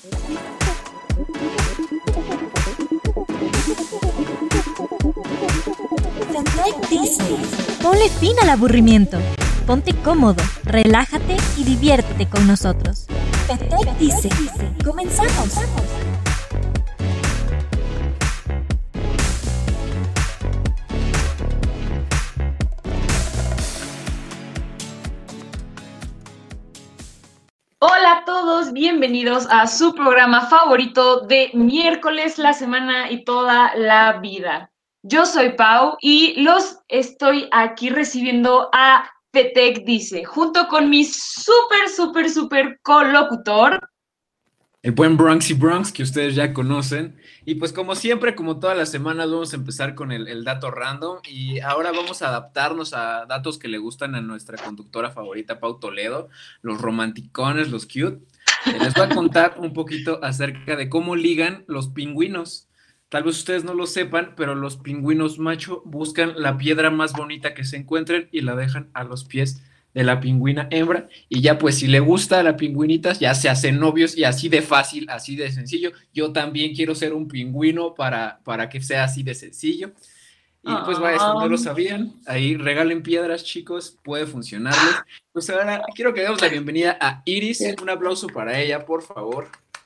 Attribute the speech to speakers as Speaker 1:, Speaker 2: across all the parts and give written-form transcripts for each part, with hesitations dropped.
Speaker 1: FETEC dice, ponle fin al aburrimiento. Ponte cómodo, relájate y diviértete con nosotros. FETEC dice, comenzamos.
Speaker 2: Hola a todos, bienvenidos a su programa favorito de miércoles, la semana y toda la vida. Yo soy Pau y los estoy aquí recibiendo a FETEC Dice, junto con mi súper colocutor.
Speaker 3: El buen Bronx y Bronx, que ustedes ya conocen. Y pues como siempre, como todas las semanas, vamos a empezar con el dato random. Y ahora vamos a adaptarnos a datos que le gustan a nuestra conductora favorita, Pau Toledo, los romanticones, los cute. Les voy a contar un poquito acerca de cómo ligan los pingüinos. Tal vez ustedes no lo sepan, pero los pingüinos macho buscan la piedra más bonita que se encuentren y la dejan a los pies de la pingüina hembra, y ya pues si le gusta a la pingüinita, ya se hacen novios, y así de fácil, así de sencillo. Yo también quiero ser un pingüino para que sea así de sencillo. Y pues vaya, si no lo sabían, ahí regalen piedras, chicos, puede funcionarles. Pues ahora quiero que demos la bienvenida a Iris. Un aplauso para ella, por favor.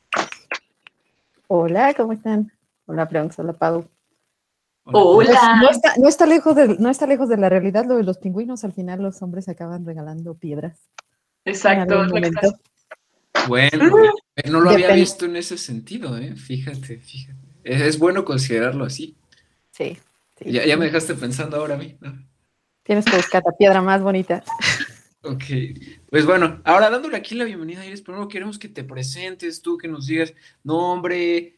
Speaker 4: Hola, ¿cómo están? Hola, Bronx, hola, Pau.
Speaker 2: Hola.
Speaker 4: No está lejos de la realidad lo de los pingüinos. Al final los hombres acaban regalando piedras.
Speaker 2: Exacto.
Speaker 3: Bueno, no lo había visto en ese sentido, fíjate. Es bueno considerarlo así.
Speaker 4: Sí.
Speaker 3: Ya me dejaste pensando ahora a mí, ¿no?
Speaker 4: Tienes que buscar la piedra más bonita.
Speaker 3: Ok, pues bueno, ahora dándole aquí la bienvenida a Iris, primero queremos que te presentes tú, que nos digas nombre,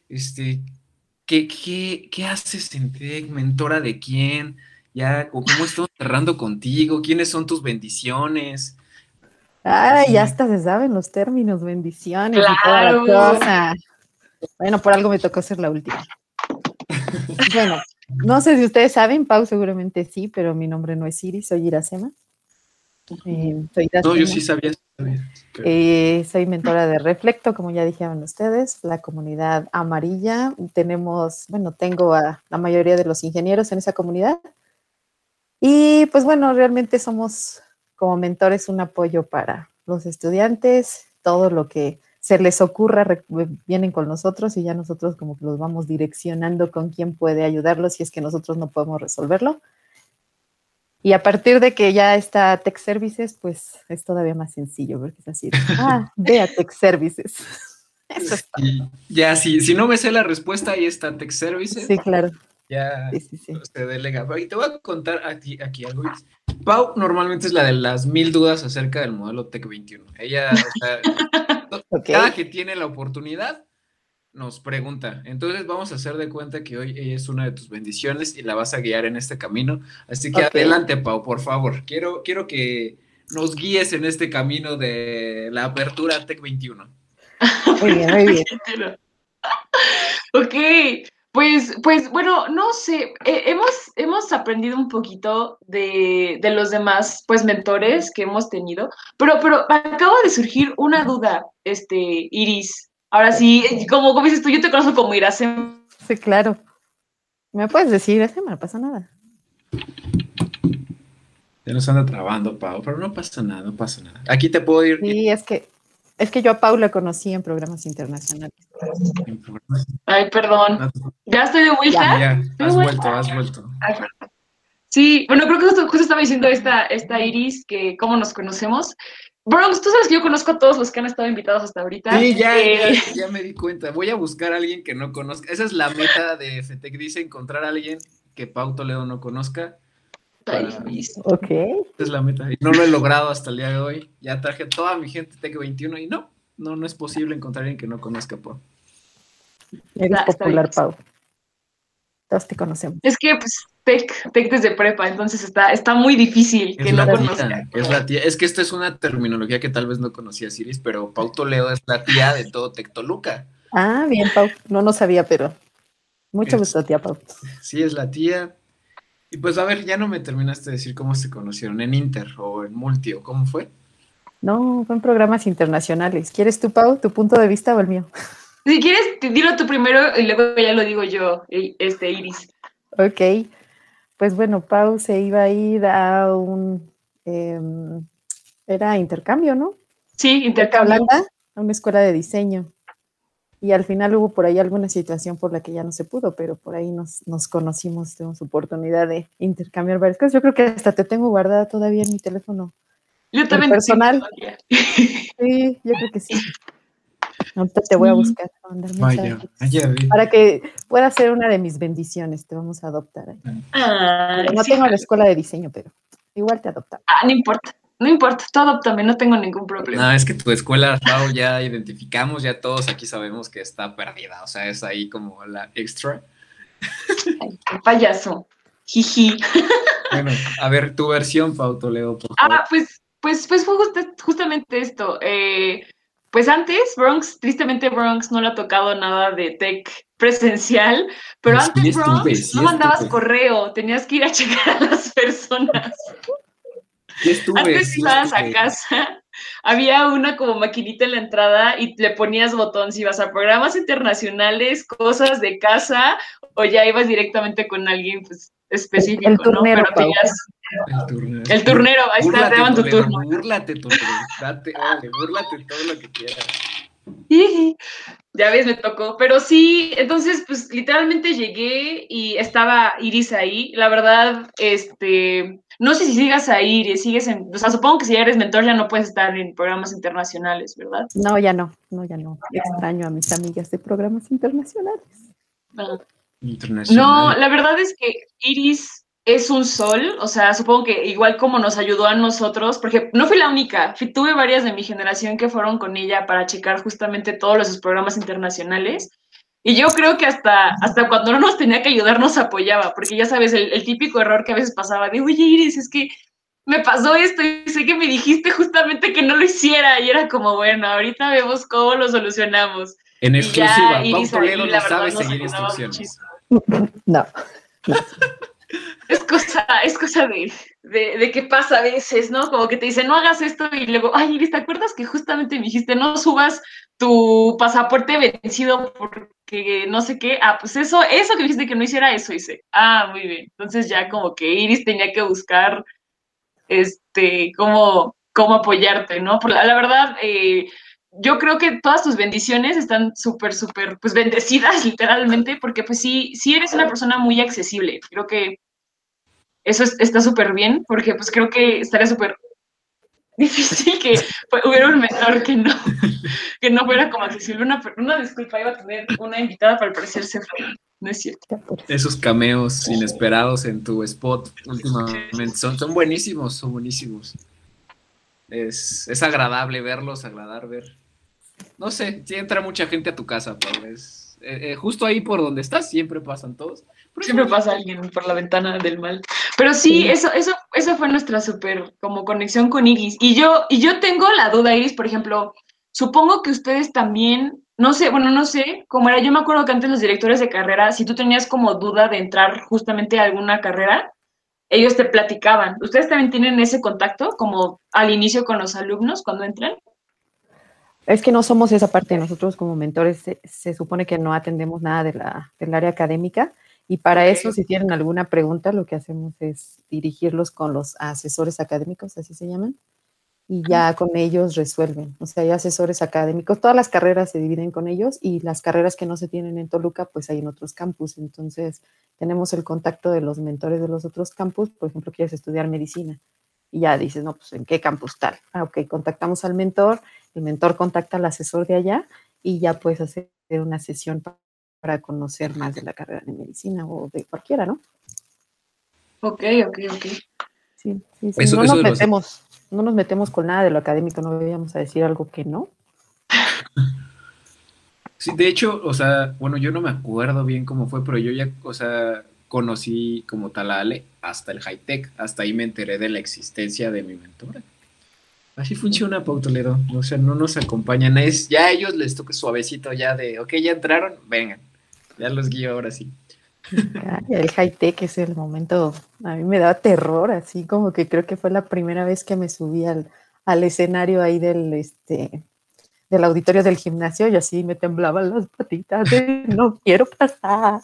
Speaker 3: ¿qué haces en TEC? ¿Mentora de quién? Ya, ¿cómo estamos cerrando contigo? ¿Quiénes son tus bendiciones?
Speaker 4: Ay, ya hasta se saben los términos, bendiciones
Speaker 2: Claro.
Speaker 4: y toda la cosa. Bueno, por algo me tocó ser la última. Bueno, no sé si ustedes saben, Pau seguramente sí, pero mi nombre no es Iris, soy Iracema.
Speaker 3: No, yo sí sabía.
Speaker 4: Soy mentora de Reflecto, como ya dijeron ustedes, la comunidad amarilla. Tengo a la mayoría de los ingenieros en esa comunidad. Y pues bueno, realmente somos como mentores un apoyo para los estudiantes. Todo lo que se les ocurra vienen con nosotros y ya nosotros como que los vamos direccionando con quién puede ayudarlos si es que nosotros no podemos resolverlo. Y a partir de que ya está Tech Services, pues es todavía más sencillo, porque es así, ve a Tech Services. Eso es todo.
Speaker 3: Ya, si no me sé la respuesta, ahí está Tech Services.
Speaker 4: Sí, claro.
Speaker 3: Ya
Speaker 4: Sí.
Speaker 3: se delega. Y te voy a contar aquí algo. Pau normalmente es la de las 1000 dudas acerca del modelo Tech 21. Ella, cada que tiene la oportunidad, nos pregunta. Entonces vamos a hacer de cuenta que hoy ella es una de tus bendiciones y la vas a guiar en este camino. Así que adelante, Pau, por favor. Quiero que nos guíes en este camino de la apertura Tech 21.
Speaker 4: Muy bien.
Speaker 2: Ok, pues bueno, no sé, hemos aprendido un poquito de los demás, pues, mentores que hemos tenido, pero acaba de surgir una duda, Iris. Ahora sí, como dices tú, yo te conozco como Iracema.
Speaker 4: Sí, claro. ¿Me puedes decir? No pasa nada.
Speaker 3: Ya nos anda trabando, Pau, pero no pasa nada. Aquí te puedo ir.
Speaker 4: Sí, es que yo a Pau la conocí en programas internacionales.
Speaker 2: Ay, perdón. ¿Ya estoy de vuelta?
Speaker 3: Ya, has vuelto.
Speaker 2: Ay, perdón. Sí, bueno, creo que justo estaba diciendo esta Iris que cómo nos conocemos. Bronx, tú sabes que yo conozco a todos los que han estado invitados hasta ahorita.
Speaker 3: Sí, ya me di cuenta. Voy a buscar a alguien que no conozca. Esa es la meta de FETEC Dice, encontrar a alguien que Pau Toledo no conozca.
Speaker 4: Ok.
Speaker 3: Esa es la meta. Y no lo he logrado hasta el día de hoy. Ya traje a toda mi gente Tech 21 y no es posible encontrar a alguien que no conozca, Pau.
Speaker 4: Eres popular, Pau. Todos te conocemos.
Speaker 2: Es que, pues, Tech desde prepa, entonces está muy difícil que no conozca.
Speaker 3: Es la tía. Es que esta es una terminología que tal vez no conocía Iris, pero Pau Toledo es la tía de todo Tech Toluca.
Speaker 4: Ah, bien, Pau. No sabía, pero mucho gusto, tía Pau.
Speaker 3: Sí, es la tía. Y pues, a ver, ya no me terminaste de decir cómo se conocieron, ¿en Inter o en Multi o cómo fue?
Speaker 4: No, fue en programas internacionales. ¿Quieres tú, Pau, tu punto de vista o el mío?
Speaker 2: Si quieres, dilo tú primero y luego ya lo digo yo, Iris.
Speaker 4: Ok, pues bueno, Pau se iba a ir a un, era intercambio, ¿no?
Speaker 2: Sí,
Speaker 4: Fue a
Speaker 2: intercambio.
Speaker 4: Holanda, a una escuela de diseño. Y al final hubo por ahí alguna situación por la que ya no se pudo, pero por ahí nos conocimos, tuvimos oportunidad de intercambiar varias cosas. Yo creo que hasta te tengo guardada todavía en mi teléfono,
Speaker 2: Yo
Speaker 4: el
Speaker 2: también te tengo
Speaker 4: personal.
Speaker 2: todavía.
Speaker 4: Sí, yo creo que sí. Ahorita te voy a
Speaker 2: Sí.
Speaker 4: buscar, a mandar
Speaker 3: Vaya,
Speaker 4: mensajes.
Speaker 3: vaya,
Speaker 4: Para que pueda ser una de mis bendiciones, te vamos a adoptar ahí.
Speaker 2: Ay,
Speaker 4: No
Speaker 2: sí.
Speaker 4: tengo la escuela de diseño, pero igual te adoptamos.
Speaker 2: No importa. No importa, tú adóptame, no tengo ningún problema.
Speaker 3: No, es que tu escuela, Pau, ya identificamos, ya todos aquí sabemos que está perdida, o sea, es ahí como la extra.
Speaker 2: Ay, qué payaso. Jiji.
Speaker 3: Bueno, a ver, tu versión, Pau Toledo, por favor.
Speaker 2: Pues fue justamente esto. Pues antes, Tristemente Bronx no le ha tocado nada de tech presencial, pero
Speaker 3: Pero sí
Speaker 2: antes
Speaker 3: estuve,
Speaker 2: Bronx no
Speaker 3: sí
Speaker 2: mandabas
Speaker 3: estuve,
Speaker 2: correo, tenías que ir a checar a las personas.
Speaker 3: sí estuve,
Speaker 2: Antes
Speaker 3: sí
Speaker 2: ibas a
Speaker 3: estuve.
Speaker 2: casa, había una como maquinita en la entrada y le ponías botón si ibas a programas internacionales, cosas de casa, o ya ibas directamente con alguien pues,
Speaker 4: El
Speaker 2: específico, ¿no?
Speaker 4: turnero,
Speaker 2: Pero
Speaker 4: Pau.
Speaker 3: El turno.
Speaker 2: el turnero, ahí está, te
Speaker 3: Búrlate,
Speaker 2: daban tu
Speaker 3: Toledo,
Speaker 2: turno.
Speaker 3: búrlate, Toledo. Date, órale, búrlate todo lo que quieras.
Speaker 2: Ya ves, me tocó. Pero sí, entonces, pues literalmente llegué y estaba Iris ahí. La verdad, no sé si sigas ahí, sigues o sea, supongo que si ya eres mentor ya no puedes estar en programas internacionales, ¿verdad?
Speaker 4: No, ya no, no, ya no. Extraño a mis amigas de programas internacionales.
Speaker 2: Ah. No,
Speaker 3: Internacional.
Speaker 2: la verdad es que Iris es un sol, o sea, supongo que igual como nos ayudó a nosotros, porque no fui la única, tuve varias de mi generación que fueron con ella para checar justamente todos los programas internacionales. Y yo creo que hasta cuando no nos tenía que ayudar nos apoyaba, porque ya sabes, el típico error que a veces pasaba de, oye Iris, es que me pasó esto y sé que me dijiste justamente que no lo hiciera. Y era como, bueno, ahorita vemos cómo lo solucionamos.
Speaker 3: En
Speaker 2: Y ya
Speaker 3: exclusiva, Pau
Speaker 2: Iris
Speaker 3: Toledo
Speaker 2: ahí,
Speaker 3: no
Speaker 2: la verdad,
Speaker 3: sabe
Speaker 2: nos
Speaker 3: seguir
Speaker 2: ayudaba
Speaker 3: instrucciones.
Speaker 2: muchísimo.
Speaker 4: No, no.
Speaker 2: Es cosa de que pasa a veces, ¿no? Como que te dicen, no hagas esto y luego, ay, Iris, ¿te acuerdas que justamente me dijiste, no subas tu pasaporte vencido porque no sé qué? Ah, pues eso que me dijiste que no hiciera, eso hice. Ah, muy bien. Entonces ya como que Iris tenía que buscar, cómo apoyarte, ¿no? Porque la verdad, yo creo que todas tus bendiciones están súper, súper, pues bendecidas literalmente, porque pues sí eres una persona muy accesible. Creo que eso está súper bien, porque pues creo que estaría súper difícil que hubiera un mentor que no fuera como accesible. Una disculpa, iba a tener una invitada, pero al parecer se fue. No es cierto.
Speaker 3: Esos cameos inesperados en tu spot últimamente son buenísimos, son buenísimos. Es agradable verlos, agradar ver. No sé, si entra mucha gente a tu casa, Pablo. Justo ahí por donde estás, siempre pasan todos. Pero es
Speaker 2: Siempre
Speaker 3: bonito.
Speaker 2: pasa alguien por la ventana del mal. Pero sí,
Speaker 4: Sí.
Speaker 2: eso fue nuestra súper como conexión con Iris. Y yo tengo la duda, Iris, por ejemplo, supongo que ustedes también, no sé, bueno, no sé cómo era. Yo me acuerdo que antes los directores de carrera, si tú tenías como duda de entrar justamente a alguna carrera, ellos te platicaban. ¿Ustedes también tienen ese contacto como al inicio con los alumnos cuando entran?
Speaker 4: Es que no somos esa parte. Nosotros como mentores se supone que no atendemos nada del área académica y para
Speaker 2: Ok.
Speaker 4: eso si tienen alguna pregunta lo que hacemos es dirigirlos con los asesores académicos, así se llaman, y ya con ellos resuelven. O sea, hay asesores académicos, todas las carreras se dividen con ellos y las carreras que no se tienen en Toluca, pues hay en otros campus. Entonces, tenemos el contacto de los mentores de los otros campus. Por ejemplo, quieres estudiar medicina y ya dices, no, pues ¿en qué campus tal? Ah, ok, contactamos al mentor, el mentor contacta al asesor de allá y ya puedes hacer una sesión para conocer más de la carrera de medicina o de cualquiera, ¿no?
Speaker 2: Ok, ok, ok.
Speaker 4: Sí, sí, sí.
Speaker 3: Eso,
Speaker 4: No
Speaker 3: eso
Speaker 4: nos
Speaker 3: de los.
Speaker 4: metemos, no nos metemos con nada de lo académico, no vayamos a decir algo que no.
Speaker 3: Sí, de hecho, o sea, bueno, yo no me acuerdo bien cómo fue, pero yo ya, o sea, conocí como tal a Ale hasta el high tech. Hasta ahí me enteré de la existencia de mi mentora. Así funciona, Pau Toledo. O sea, no nos acompañan. Ya a ellos les toca suavecito ya de, ok, ya entraron, vengan. Ya los guío ahora sí.
Speaker 4: El high-tech es el momento, a mí me daba terror, así como que creo que fue la primera vez que me subí al escenario ahí del auditorio del gimnasio y así me temblaban las patitas de no quiero pasar.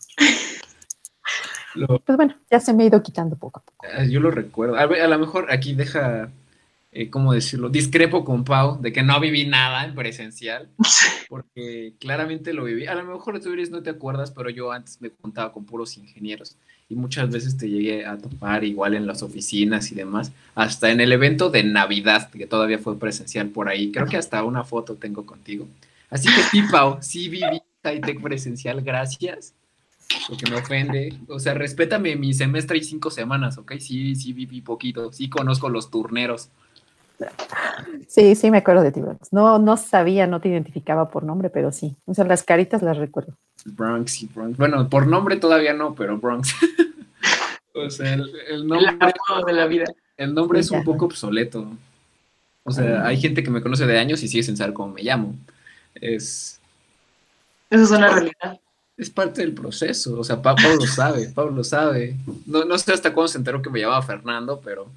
Speaker 4: Pues bueno, ya se me ha ido quitando poco a poco.
Speaker 3: Yo lo recuerdo. A lo mejor aquí deja, ¿cómo decirlo? Discrepo con Pau de que no viví nada en presencial, porque claramente lo viví. A lo mejor tú no te acuerdas, pero yo antes me contaba con puros ingenieros y muchas veces te llegué a topar igual en las oficinas y demás, hasta en el evento de Navidad, que todavía fue presencial por ahí. Creo que hasta una foto tengo contigo. Así que sí, Pau, sí viví Hightech presencial, gracias. Porque me ofende. O sea, respétame mi semestre y 5 semanas, ¿ok? Sí, sí viví poquito. Sí conozco los turneros.
Speaker 4: Sí, sí me acuerdo de ti, Bronx. No sabía, no te identificaba por nombre, pero sí. O sea, las caritas las recuerdo.
Speaker 3: Bronx y Bronx. Bueno, por nombre todavía no, pero Bronx. O sea, el nombre...
Speaker 2: El apodo de la vida.
Speaker 3: El nombre
Speaker 4: Sí,
Speaker 3: es un poco obsoleto. O sea, hay gente que me conoce de años y sigue sin saber cómo me llamo.
Speaker 2: Eso es una realidad.
Speaker 3: Es parte del proceso. O sea, Pablo lo sabe, Pablo lo sabe. No sé hasta cuándo se enteró que me llamaba Fernando, pero...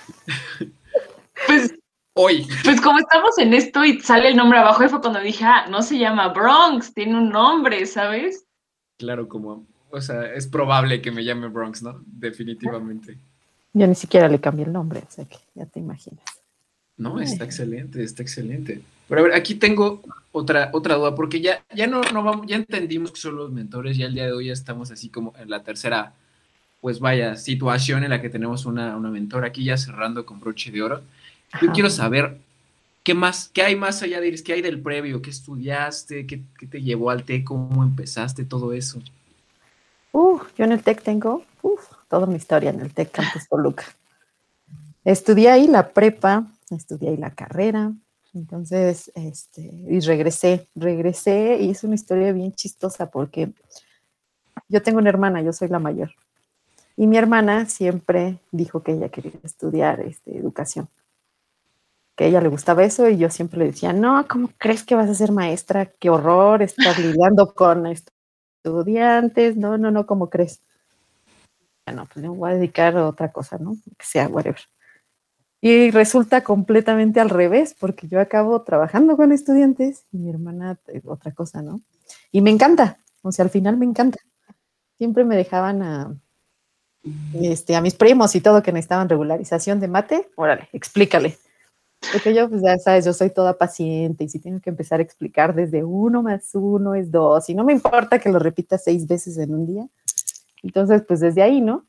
Speaker 2: Pues,
Speaker 3: hoy.
Speaker 2: Pues como estamos en esto y sale el nombre abajo, y fue cuando dije, no se llama Bronx, tiene un nombre, ¿sabes?
Speaker 3: Claro, o sea, es probable que me llame Bronx, ¿no? Definitivamente.
Speaker 4: Yo ni siquiera le cambié el nombre, o sea que ya te imaginas.
Speaker 3: No, está excelente, está excelente. Pero a ver, aquí tengo otra duda, porque ya no vamos, ya entendimos que son los mentores, ya el día de hoy ya estamos así como en la tercera, pues vaya, situación en la que tenemos una mentora, aquí ya cerrando con broche de oro. Yo quiero saber, ¿qué hay más allá de Iris? ¿Qué hay del previo? ¿Qué estudiaste? ¿Qué te llevó al TEC? ¿Cómo empezaste todo eso?
Speaker 4: Yo en el TEC tengo toda mi historia en el TEC Campus Toluca. Estudié ahí la prepa, estudié ahí la carrera, entonces, y regresé, y es una historia bien chistosa porque yo tengo una hermana, yo soy la mayor, y mi hermana siempre dijo que ella quería estudiar educación, que a ella le gustaba eso, y yo siempre le decía, no, ¿cómo crees que vas a ser maestra? Qué horror estar lidiando con estudiantes, no, ¿cómo crees? Bueno, pues me voy a dedicar a otra cosa, ¿no? Que sea, whatever. Y resulta completamente al revés, porque yo acabo trabajando con estudiantes y mi hermana otra cosa, ¿no? Y me encanta, o sea, al final me encanta. Siempre me dejaban a mis primos y todo que necesitaban regularización de mate, órale, explícale. Porque yo, pues ya sabes, yo soy toda paciente y si tengo que empezar a explicar desde 1 más 1 es 2 y no me importa que lo repita 6 veces en un día. Entonces, pues desde ahí, ¿no?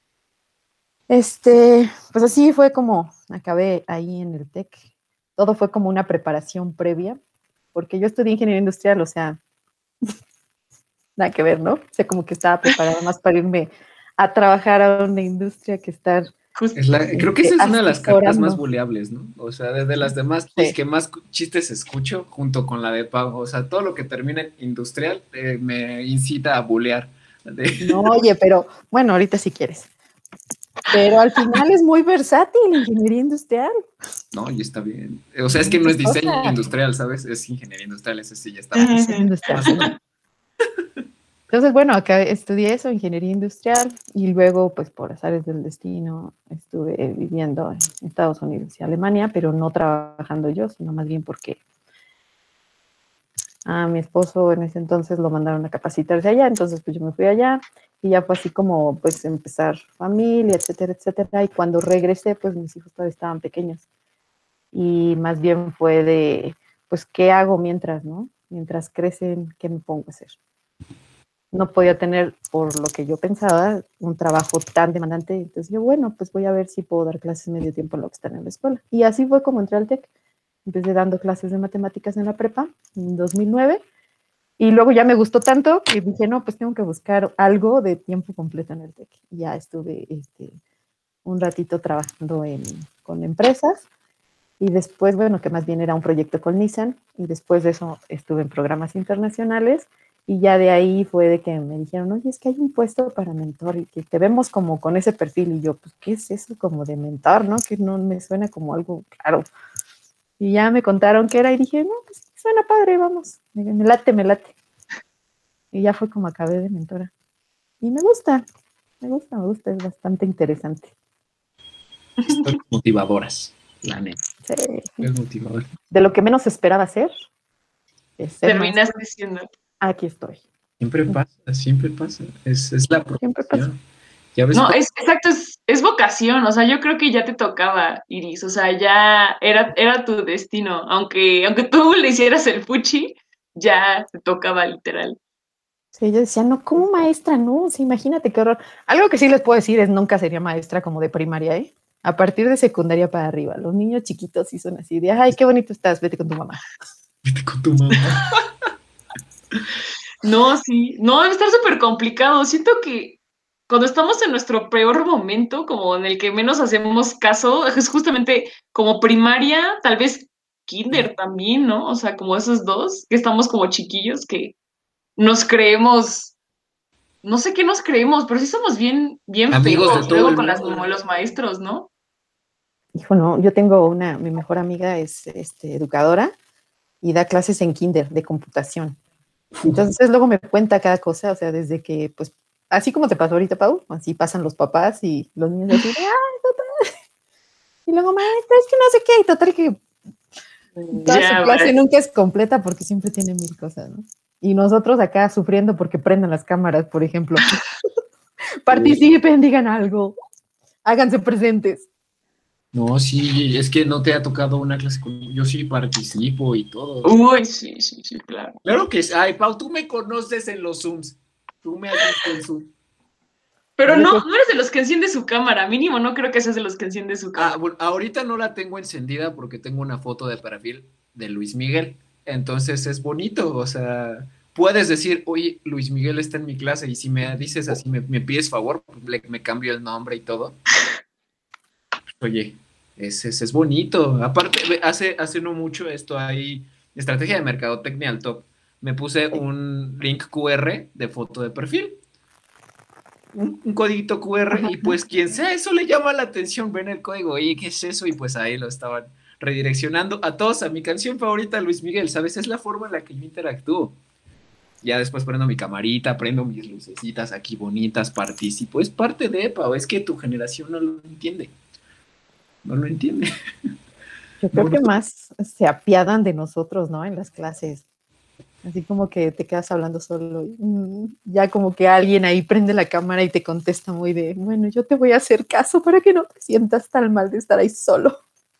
Speaker 4: Pues así fue como acabé ahí en el TEC. Todo fue como una preparación previa, porque yo estudié ingeniería industrial, o sea, nada que ver, ¿no? O sea, como que estaba preparada más para irme a trabajar a una industria que estar...
Speaker 3: Creo que esa es una de las cartas más buleables, ¿no? O sea, desde las demás
Speaker 4: sí,
Speaker 3: que más chistes escucho, junto con la de Pau. O sea, todo lo que termina en industrial me incita a bulear.
Speaker 4: No, oye, pero bueno, ahorita si quieres. Pero al final es muy versátil la ingeniería industrial.
Speaker 3: No, y está bien. O sea, es que no es diseño industrial, ¿sabes? Es ingeniería industrial, ese sí ya está.
Speaker 4: Industrial. Entonces, bueno, acá estudié eso, ingeniería industrial, y luego, pues por azares del destino, estuve viviendo en Estados Unidos y Alemania, pero no trabajando yo, sino más bien porque a mi esposo en ese entonces lo mandaron a capacitarse allá, entonces pues yo me fui allá, y ya fue así como pues empezar familia, etcétera, etcétera, y cuando regresé, pues mis hijos todavía estaban pequeños, y más bien fue de, pues, ¿qué hago mientras, no? Mientras crecen, ¿qué me pongo a hacer? No podía tener, por lo que yo pensaba, un trabajo tan demandante. Entonces yo, bueno, pues voy a ver si puedo dar clases medio tiempo en lo que están en la escuela. Y así fue como entré al TEC. Empecé dando clases de matemáticas en la prepa en 2009. Y luego ya me gustó tanto que dije, no, pues tengo que buscar algo de tiempo completo en el TEC. Y ya estuve un ratito trabajando con empresas. Y después, bueno, que más bien era un proyecto con Nissan. Y después de eso estuve en programas internacionales. Y ya de ahí fue de que me dijeron, oye, es que hay un puesto para mentor y que te vemos como con ese perfil. Y yo, pues, ¿qué es eso como de mentor, no? Que no me suena como algo claro. Y ya me contaron qué era y dije, no, pues suena padre, vamos. Me late. Y ya fue como acabé de mentora. Y me gusta, es bastante interesante.
Speaker 3: Historias motivadoras. La neta,
Speaker 4: Sí.
Speaker 3: es motivador.
Speaker 4: De lo que menos esperaba ser, es ser
Speaker 2: Terminaste
Speaker 4: maestra.
Speaker 2: siendo.
Speaker 4: Aquí estoy.
Speaker 3: Siempre pasa. Es la
Speaker 4: Siempre pasa.
Speaker 3: profesión. Ya ves,
Speaker 2: No, exacto, es vocación, o sea, yo creo que ya te tocaba, Iris, o sea, ya era tu destino, aunque tú le hicieras el fuchi, ya te tocaba literal.
Speaker 4: Sí, yo decía, no, ¿cómo maestra? No, sí, imagínate qué horror. Algo que sí les puedo decir es nunca sería maestra como de primaria, ¿eh? A partir de secundaria para arriba, los niños chiquitos sí son así de, ay, qué bonito estás, vete con tu mamá.
Speaker 3: vete con tu mamá.
Speaker 2: No, sí, no, debe estar súper complicado. Siento que cuando estamos en nuestro peor momento, como en el que menos hacemos caso, es justamente como primaria, tal vez kinder también, ¿no? O sea, como esos dos, que estamos como chiquillos, que nos creemos, no sé qué nos creemos, pero sí somos bien, bien
Speaker 3: Amigos de
Speaker 2: feos
Speaker 3: todo
Speaker 2: luego
Speaker 3: el
Speaker 2: con
Speaker 3: mundo.
Speaker 2: los maestros, ¿no?
Speaker 4: Hijo, no, yo tengo mi mejor amiga es educadora y da clases en kinder de computación. Entonces luego me cuenta cada cosa, o sea, desde que, pues, así como te pasó ahorita, Pau, así pasan los papás y los niños así, ay, total. Y luego, maestra, es que no sé qué, y total que toda su clase nunca es completa porque siempre tiene mil cosas, ¿no? Y nosotros acá sufriendo porque prendan las cámaras, por ejemplo. Participen, digan algo, háganse presentes.
Speaker 3: No, sí, es que no te ha tocado una clase con... Yo sí participo y todo.
Speaker 2: Uy, sí, claro.
Speaker 3: Claro que sí. Ay, Pau, tú me conoces en los Zooms. Tú me has visto en Zoom.
Speaker 2: Pero no eres de los que enciende su cámara, mínimo no creo que seas de los que enciende su cámara.
Speaker 3: Bueno, ahorita no la tengo encendida porque tengo una foto de perfil de Luis Miguel. Entonces es bonito, o sea, puedes decir, oye, Luis Miguel está en mi clase y si me dices así, me pides favor, me cambio el nombre y todo. Oye, es bonito. Aparte, hace no mucho esto hay estrategia de mercadotecnia al top. Me puse un link QR de foto de perfil. Un código QR y pues quien sea eso le llama la atención, ven el código, oye, ¿qué es eso? Y pues ahí lo estaban redireccionando a todos a mi canción favorita, Luis Miguel, ¿sabes? Es la forma en la que yo interactúo. Ya después prendo mi camarita, prendo mis lucecitas aquí bonitas, participo. Es parte de EPA, o es que tu generación no lo entiende. No lo entiende.
Speaker 4: Yo creo que más se apiadan de nosotros, ¿no? En las clases. Así como que te quedas hablando solo. Ya como que alguien ahí prende la cámara y te contesta muy de, bueno, yo te voy a hacer caso para que no te sientas tan mal de estar ahí solo.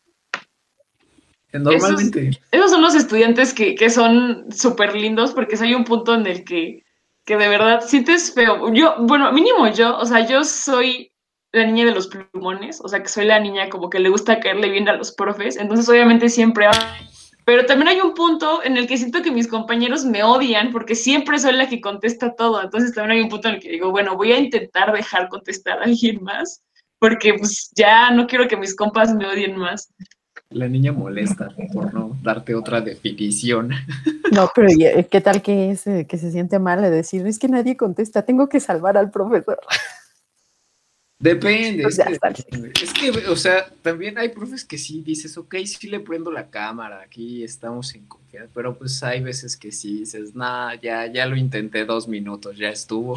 Speaker 3: Normalmente.
Speaker 2: Esos son los estudiantes que son súper lindos porque hay un punto en el que de verdad sientes feo. Yo, bueno, mínimo yo, o sea, yo soy la niña de los plumones, o sea, que soy la niña como que le gusta caerle bien a los profes, entonces obviamente siempre... Pero también hay un punto en el que siento que mis compañeros me odian porque siempre soy la que contesta todo, entonces también hay un punto en el que digo, bueno, voy a intentar dejar contestar a alguien más porque pues ya no quiero que mis compas me odien más.
Speaker 3: La niña molesta por no darte otra definición.
Speaker 4: No, pero ¿qué tal que se siente mal de decir, es que nadie contesta, tengo que salvar al profesor?
Speaker 3: Depende,
Speaker 4: Pues
Speaker 3: es que, o sea, también hay profes que sí dices, ok, sí le prendo la cámara, aquí estamos en confianza, pero pues hay veces que sí dices, nah, ya lo intenté 2 minutos, ya estuvo,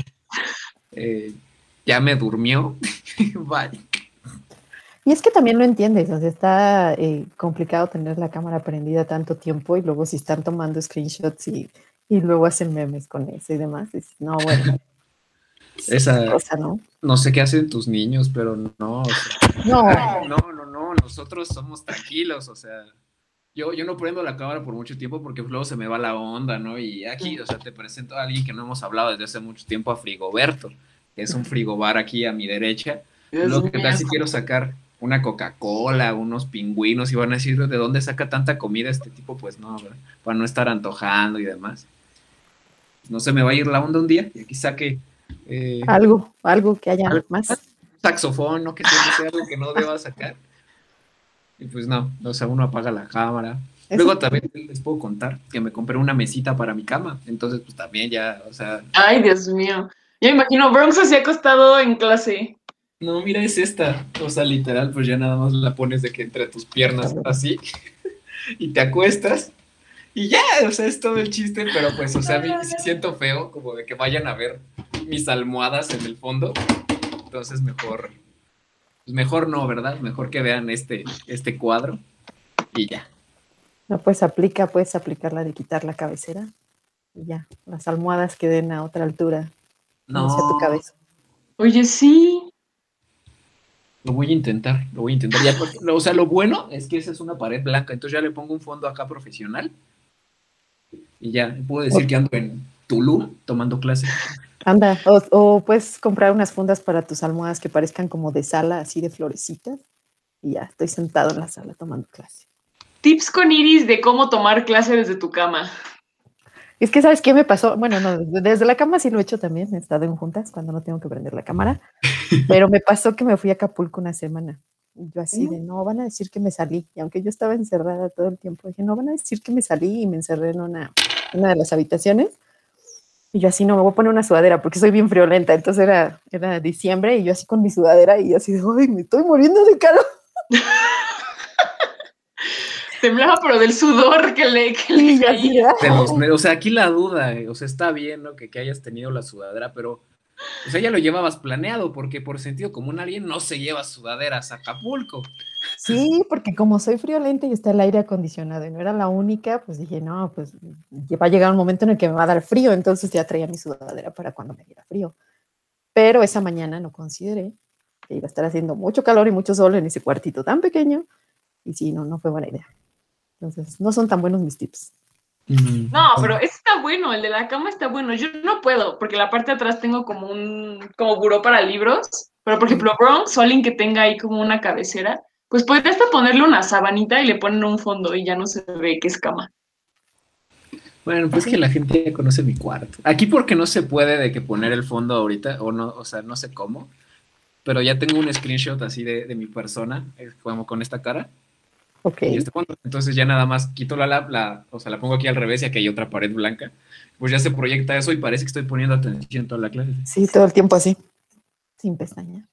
Speaker 3: ya me durmió, bye.
Speaker 4: Y es que también lo entiendes, o sea, está complicado tener la cámara prendida tanto tiempo y luego si están tomando screenshots y luego hacen memes con eso y demás, no, bueno.
Speaker 3: Esa
Speaker 4: cosa, ¿no?
Speaker 3: No sé qué hacen tus niños, pero no, o sea, no, nosotros somos tranquilos, o sea, yo no prendo la cámara por mucho tiempo porque luego se me va la onda, ¿no? Y aquí, o sea, te presento a alguien que no hemos hablado desde hace mucho tiempo, a Frigoberto, que es un frigobar aquí a mi derecha. Lo que tal si quiero sacar una Coca-Cola, unos pingüinos, y van a decir, ¿de dónde saca tanta comida este tipo? Pues no, ¿verdad? Para no estar antojando y demás. No se me va a ir la onda un día y aquí saque...
Speaker 4: algo que haya más.
Speaker 3: Saxofón, ¿no? Que sea algo que no deba sacar. Y pues no, o sea, uno apaga la cámara. ¿Eso? Luego también les puedo contar que me compré una mesita para mi cama. Entonces, pues también ya, o sea...
Speaker 2: Ay, Dios mío. Yo me imagino, Bronx se ha acostado en clase.
Speaker 3: No, mira, es esta. O sea, literal, pues ya nada más la pones de que entre tus piernas así. Y te acuestas. Y ya, o sea, es todo el chiste. Pero pues, o sea, a mí sí siento feo como de que vayan a ver mis almohadas en el fondo. Entonces mejor Pues mejor no, ¿verdad? Mejor que vean este cuadro y ya.
Speaker 4: No, puedes aplicar la de quitar la cabecera y ya, las almohadas queden a otra altura, no sea tu
Speaker 3: No,
Speaker 4: cabeza.
Speaker 2: Oye, sí.
Speaker 3: lo voy a intentar. Ya, o sea, lo bueno es que esa es una pared blanca, entonces ya le pongo un fondo acá profesional y ya puedo decir que ando en Tulum tomando clase.
Speaker 4: Anda, o puedes comprar unas fundas para tus almohadas que parezcan como de sala, así de florecitas, y ya, estoy sentado en la sala tomando clase.
Speaker 2: Tips con Iris de cómo tomar clase desde tu cama.
Speaker 4: Es que, ¿sabes qué me pasó? Bueno, no, desde la cama sí lo he hecho también, he estado en juntas cuando no tengo que prender la cámara, pero me pasó que me fui a Acapulco una semana. Y yo así de, no, van a decir que me salí. Y aunque yo estaba encerrada todo el tiempo, dije, no, van a decir que me salí y me encerré en una de las habitaciones. Y yo así, no, me voy a poner una sudadera porque soy bien friolenta. Entonces era diciembre y yo así con mi sudadera y yo así de, ay, me estoy muriendo de calor.
Speaker 2: Temblaba, pero del sudor que le caía.
Speaker 3: O sea, aquí la duda, o sea, está bien, ¿no? Que hayas tenido la sudadera, pero, o sea, ya lo llevabas planeado, porque por sentido común alguien no se lleva sudaderas a Acapulco.
Speaker 4: Sí, porque como soy friolenta y está el aire acondicionado y no era la única, pues dije, no, pues va a llegar un momento en el que me va a dar frío, entonces ya traía mi sudadera para cuando me diera frío. Pero esa mañana no consideré que iba a estar haciendo mucho calor y mucho sol en ese cuartito tan pequeño, y sí, no fue buena idea. Entonces, no son tan buenos mis tips.
Speaker 2: No, pero ese está bueno, el de la cama está bueno. Yo no puedo, porque la parte de atrás tengo como como buró para libros, pero por ejemplo, Bronx o alguien que tenga ahí como una cabecera, pues podría hasta ponerle una sabanita y le ponen un fondo y ya no se ve que es cama.
Speaker 3: Bueno, pues que la gente ya conoce mi cuarto. Aquí porque no se puede de que poner el fondo ahorita, o no, o sea, no sé cómo, pero ya tengo un screenshot así de mi persona, como con esta cara.
Speaker 4: Ok.
Speaker 3: Y este fondo. Entonces ya nada más quito o sea, la pongo aquí al revés y aquí hay otra pared blanca. Pues ya se proyecta eso y parece que estoy poniendo atención toda la clase.
Speaker 4: Sí, todo el tiempo así, sin pestaña.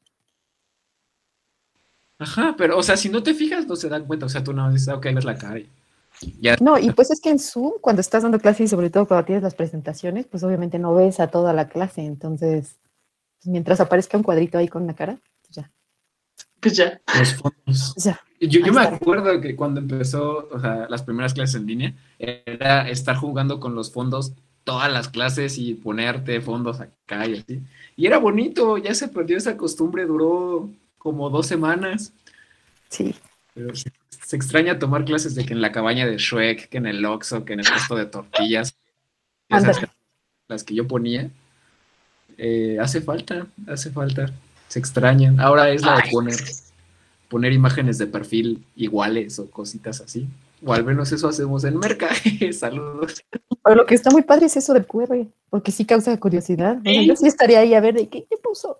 Speaker 3: Ajá, pero, o sea, si no te fijas, no se dan cuenta. O sea, tú nada más dices, ok, ves la cara y ya.
Speaker 4: No, y pues es que en Zoom, cuando estás dando clase y sobre todo cuando tienes las presentaciones, pues obviamente no ves a toda la clase. Entonces, pues mientras aparezca un cuadrito ahí con una cara, pues ya.
Speaker 2: Pues ya.
Speaker 3: Los fondos.
Speaker 4: Ya.
Speaker 3: Yo me acuerdo que cuando empezó, o sea, las primeras clases en línea, era estar jugando con los fondos todas las clases y ponerte fondos acá y así. Y era bonito, ya se perdió esa costumbre, duró como 2 semanas.
Speaker 4: Sí.
Speaker 3: Pero se extraña tomar clases de que en la cabaña de Shrek, que en el Oxxo, que en el puesto de tortillas. Esas las que yo ponía. Hace falta. Se extrañan. Ahora es la de poner imágenes de perfil iguales o cositas así. O al menos eso hacemos en Merca. Saludos.
Speaker 4: Pero lo que está muy padre es eso del QR, porque sí causa curiosidad. O sea, yo sí estaría ahí a ver de qué puso.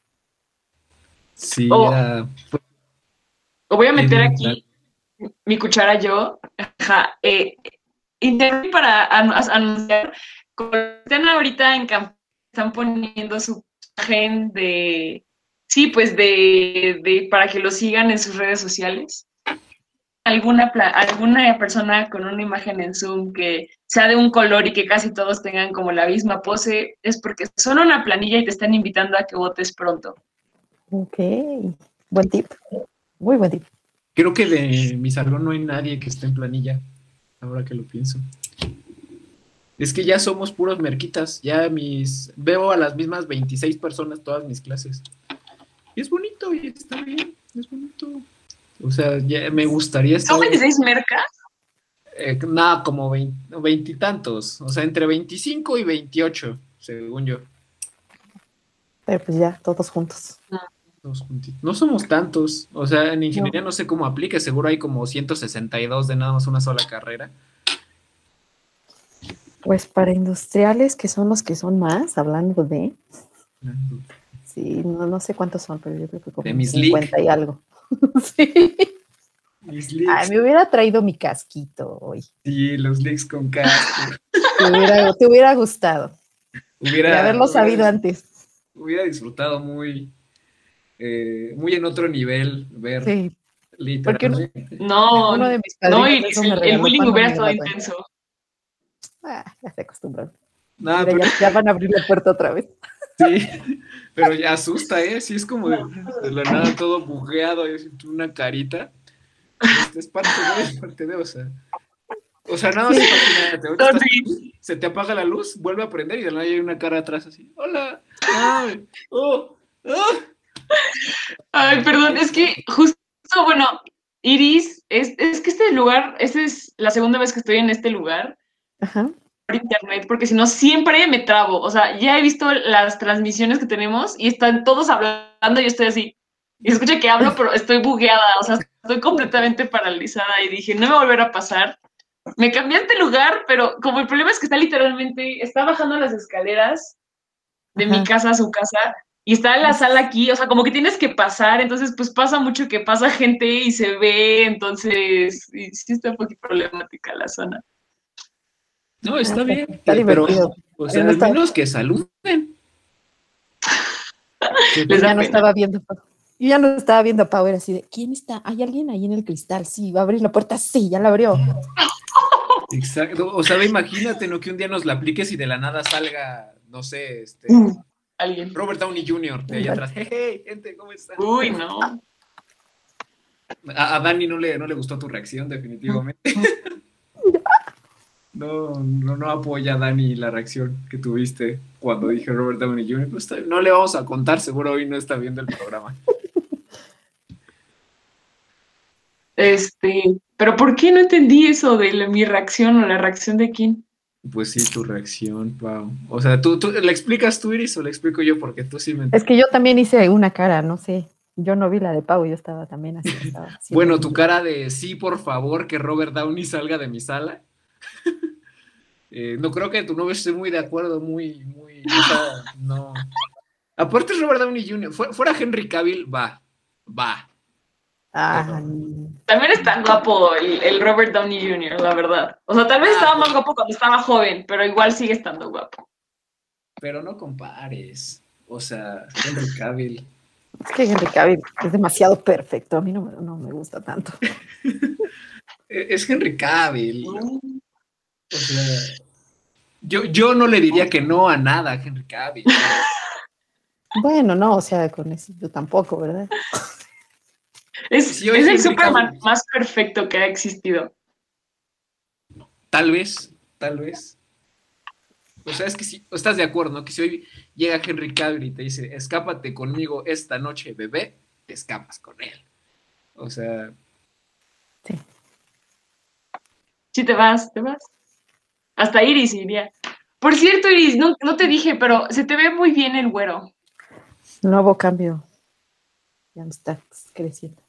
Speaker 3: Sí,
Speaker 2: O voy a meter aquí mi cuchara yo. Ajá. Interrumpí para anunciar. Como están ahorita en campaña, están poniendo su imagen de. Sí, pues para que lo sigan en sus redes sociales. Alguna persona con una imagen en Zoom que sea de un color y que casi todos tengan como la misma pose, es porque son una planilla y te están invitando a que votes pronto.
Speaker 4: Ok, buen tip, muy buen tip.
Speaker 3: Creo que de mi salón no hay nadie que esté en planilla, ahora que lo pienso. Es que ya somos puros merquitas, veo a las mismas 26 personas todas mis clases. Y es bonito y está bien, es bonito. O sea, ya me gustaría estar...
Speaker 2: ¿Son 26 mercas?
Speaker 3: Nada, como 20 y tantos. O sea, entre 25 y 28, según yo.
Speaker 4: Pero pues ya, todos juntos.
Speaker 3: Todos juntitos. No somos tantos. O sea, en ingeniería no sé cómo aplique. Seguro hay como 162 de nada más una sola carrera.
Speaker 4: Pues para industriales, que son los que son más, hablando de... Sí, no sé cuántos son, pero yo creo que como
Speaker 3: de mis
Speaker 4: 50 y algo. Sí. Ay, me hubiera traído mi casquito hoy.
Speaker 3: Sí, los leaks con casco.
Speaker 4: Te hubiera gustado. De haberlo sabido antes.
Speaker 3: Hubiera disfrutado muy en otro nivel ver.
Speaker 4: Sí.
Speaker 3: Literalmente.
Speaker 2: Uno de mis padrinos, el bullying hubiera estado intenso.
Speaker 4: Ya se acostumbraron.
Speaker 3: Nah,
Speaker 4: ya van a abrir la puerta otra vez.
Speaker 3: Sí, Pero ya asusta, ¿eh? Sí, es como de la nada todo bugueado, y una carita. Es parte de, o sea, nada más imagínate, ahorita estás aquí, se te apaga la luz, vuelve a prender y de la nada hay una cara atrás así, hola, ay, oh, oh.
Speaker 2: Ay, perdón, es que justo, bueno, Iris, es que este lugar, esta es la segunda vez que estoy en este lugar
Speaker 4: Ajá.
Speaker 2: por internet, porque si no siempre me trabo, o sea, ya he visto las transmisiones que tenemos y están todos hablando y yo estoy así, y escucha que hablo, pero estoy bugueada, o sea, estoy completamente paralizada y dije, no me va a volver a pasar. Me cambié a este lugar, pero como el problema es que está bajando las escaleras de mi casa a su casa y está en la sala aquí, o sea, como que tienes que pasar, entonces pues pasa mucho que pasa gente y se ve, entonces y sí está un poquito problemática la zona.
Speaker 3: No, está bien,
Speaker 4: Está divertido.
Speaker 3: pero, o sea, al menos que saluden.
Speaker 2: Les da
Speaker 4: Ya no
Speaker 2: pena.
Speaker 4: estaba viendo. Yo ya no estaba viendo a Pau, era así de, ¿quién está? ¿Hay alguien ahí en el cristal? Sí, va a abrir la puerta, sí, ya la abrió.
Speaker 3: Exacto, o sea, imagínate, ¿no? Que un día nos la apliques y de la nada salga, no sé,
Speaker 2: Alguien.
Speaker 3: Robert Downey Jr. de allá atrás. Hey, gente, ¿cómo están?
Speaker 2: Uy, no.
Speaker 3: A Dani no le gustó tu reacción, definitivamente. No apoya a Dani la reacción que tuviste cuando dije Robert Downey Jr. Pues no le vamos a contar, seguro hoy no está viendo el programa.
Speaker 2: Pero ¿por qué no entendí eso de mi reacción o la reacción de quién?
Speaker 3: Pues sí, tu reacción, Pau. O sea, ¿tú la explicas tú, Iris, o la explico yo? Porque tú sí me...
Speaker 4: Es que yo también hice una cara, no sé. Yo no vi la de Pau, yo estaba también así.
Speaker 3: Bueno, tu cara de sí, por favor, que Robert Downey salga de mi sala. No creo que tu novio esté muy de acuerdo, muy, o sea, no. Aparte es Robert Downey Jr., fuera Henry Cavill, va.
Speaker 4: Ah,
Speaker 2: También es tan guapo el Robert Downey Jr., la verdad. O sea, tal vez estaba más guapo cuando estaba joven, pero igual sigue estando guapo.
Speaker 3: Pero no compares. O sea, Henry Cavill.
Speaker 4: es que Henry Cavill es demasiado perfecto, a mí no me gusta tanto.
Speaker 3: Es Henry Cavill. O sea, yo no le diría que no a nada a Henry Cavill.
Speaker 4: Bueno, no, o sea, con eso yo tampoco, ¿verdad?
Speaker 2: Es el Superman más perfecto que ha existido.
Speaker 3: Tal vez. O sea, es que si estás de acuerdo, ¿no? Que si hoy llega Henry Cavill y te dice, escápate conmigo esta noche, bebé, te escapas con él. O sea...
Speaker 4: Sí.
Speaker 2: Sí, te vas. Hasta Iris iría. Por cierto, Iris, no te dije, pero se te ve muy bien el güero.
Speaker 4: Nuevo cambio. Ya no está creciendo.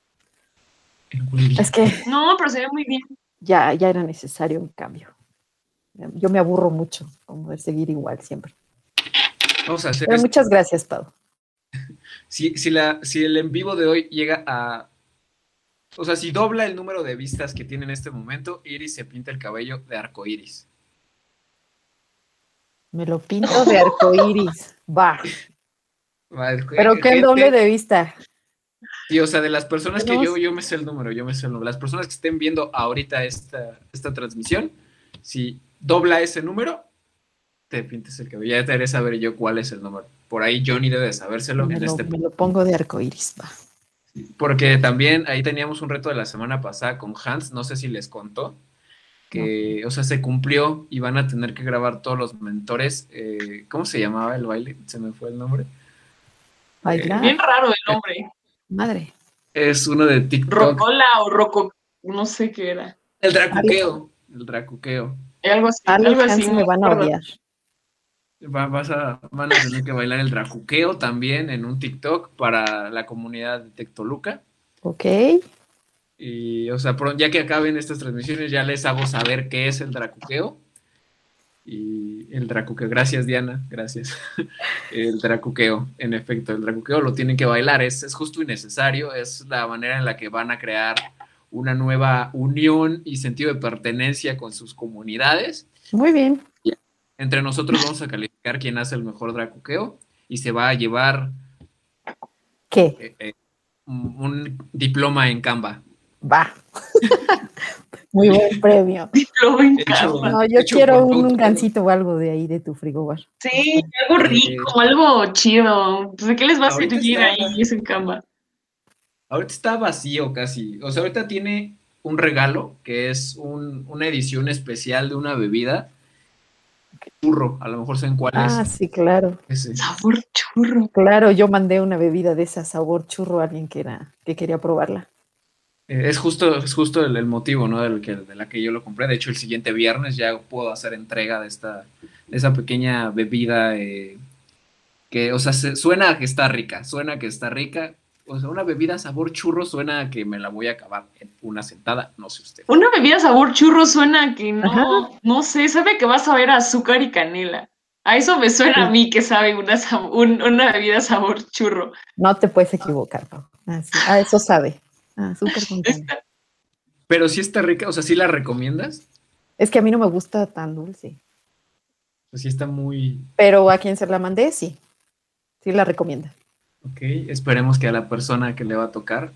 Speaker 4: Es que...
Speaker 2: No, pero se ve muy bien.
Speaker 4: Ya era necesario un cambio. Yo me aburro mucho como de seguir igual siempre.
Speaker 3: Vamos a hacer
Speaker 4: Pero muchas gracias, Pau.
Speaker 3: Si el en vivo de hoy llega a... O sea, si dobla el número de vistas que tiene en este momento, Iris se pinta el cabello de arcoíris.
Speaker 4: Me lo pinto de arcoíris. Va. Pero qué doble de vista.
Speaker 3: Sí, o sea, de las personas que yo me sé el número. Las personas que estén viendo ahorita esta transmisión, si dobla ese número, te pintes el cabello. Ya te haré saber yo cuál es el número. Por ahí Johnny debe de sabérselo
Speaker 4: Me lo pongo de arcoíris, va.
Speaker 3: Porque también ahí teníamos un reto de la semana pasada con Hans, no sé si les contó, que, o sea, se cumplió y van a tener que grabar todos los mentores. ¿Cómo se llamaba el baile? Se me fue el nombre.
Speaker 4: Bailar.
Speaker 2: Bien raro el nombre.
Speaker 4: Madre.
Speaker 3: Es uno de TikTok.
Speaker 2: Rocola o Roco, no sé qué era.
Speaker 3: El dracuqueo.
Speaker 2: Algo así.
Speaker 4: Me van a odiar.
Speaker 3: Van a tener que bailar el dracuqueo también en un TikTok para la comunidad de Tectoluca.
Speaker 4: Ok.
Speaker 3: Y, o sea, ya que acaben estas transmisiones, ya les hago saber qué es el dracuqueo. Y el dracuqueo, gracias Diana, gracias. El dracuqueo, en efecto, el dracuqueo lo tienen que bailar, es justo y necesario, es la manera en la que van a crear una nueva unión y sentido de pertenencia con sus comunidades.
Speaker 4: Muy bien.
Speaker 3: Entre nosotros vamos a calificar quién hace el mejor dracuqueo y se va a llevar
Speaker 4: ¿qué?
Speaker 3: un diploma en Canva.
Speaker 4: Va. Muy buen premio.
Speaker 2: Diploma en
Speaker 3: Hecho-
Speaker 2: Canva.
Speaker 4: No, yo
Speaker 3: Hecho
Speaker 4: quiero
Speaker 3: por
Speaker 4: un
Speaker 3: Outlook.
Speaker 4: gansito o algo de ahí de tu frigobar.
Speaker 2: Sí, algo rico, algo chido. Pues, ¿de qué les va a
Speaker 3: Ahorita
Speaker 2: servir
Speaker 3: está-
Speaker 2: ahí eso en Canva?
Speaker 3: Ahorita está vacío casi. O sea, ahorita tiene un regalo que es una edición especial de una bebida. Churro, a lo mejor saben cuál es.
Speaker 4: Sí, claro.
Speaker 3: Ese.
Speaker 2: Sabor churro.
Speaker 4: Claro, yo mandé una bebida de esa sabor churro a alguien que quería probarla.
Speaker 3: Es justo el motivo, ¿no? De la que yo lo compré. De hecho, el siguiente viernes ya puedo hacer entrega de esa pequeña bebida que, o sea, suena a que está rica, O sea, una bebida sabor churro suena a que me la voy a acabar en una sentada, no sé usted.
Speaker 2: Una bebida sabor churro suena que
Speaker 4: Ajá.
Speaker 2: no sé, sabe que vas a ver azúcar y canela. A eso me suena a mí que sabe una bebida sabor churro.
Speaker 4: No te puedes equivocar, Pau. Eso sabe. Súper contenta.
Speaker 3: Pero sí está rica, o sea, ¿sí la recomiendas?
Speaker 4: Es que a mí no me gusta tan dulce.
Speaker 3: O sea, sí está muy...
Speaker 4: Pero a quien se la mandé, sí. Sí la recomienda.
Speaker 3: Ok, esperemos que a la persona que le va a tocar.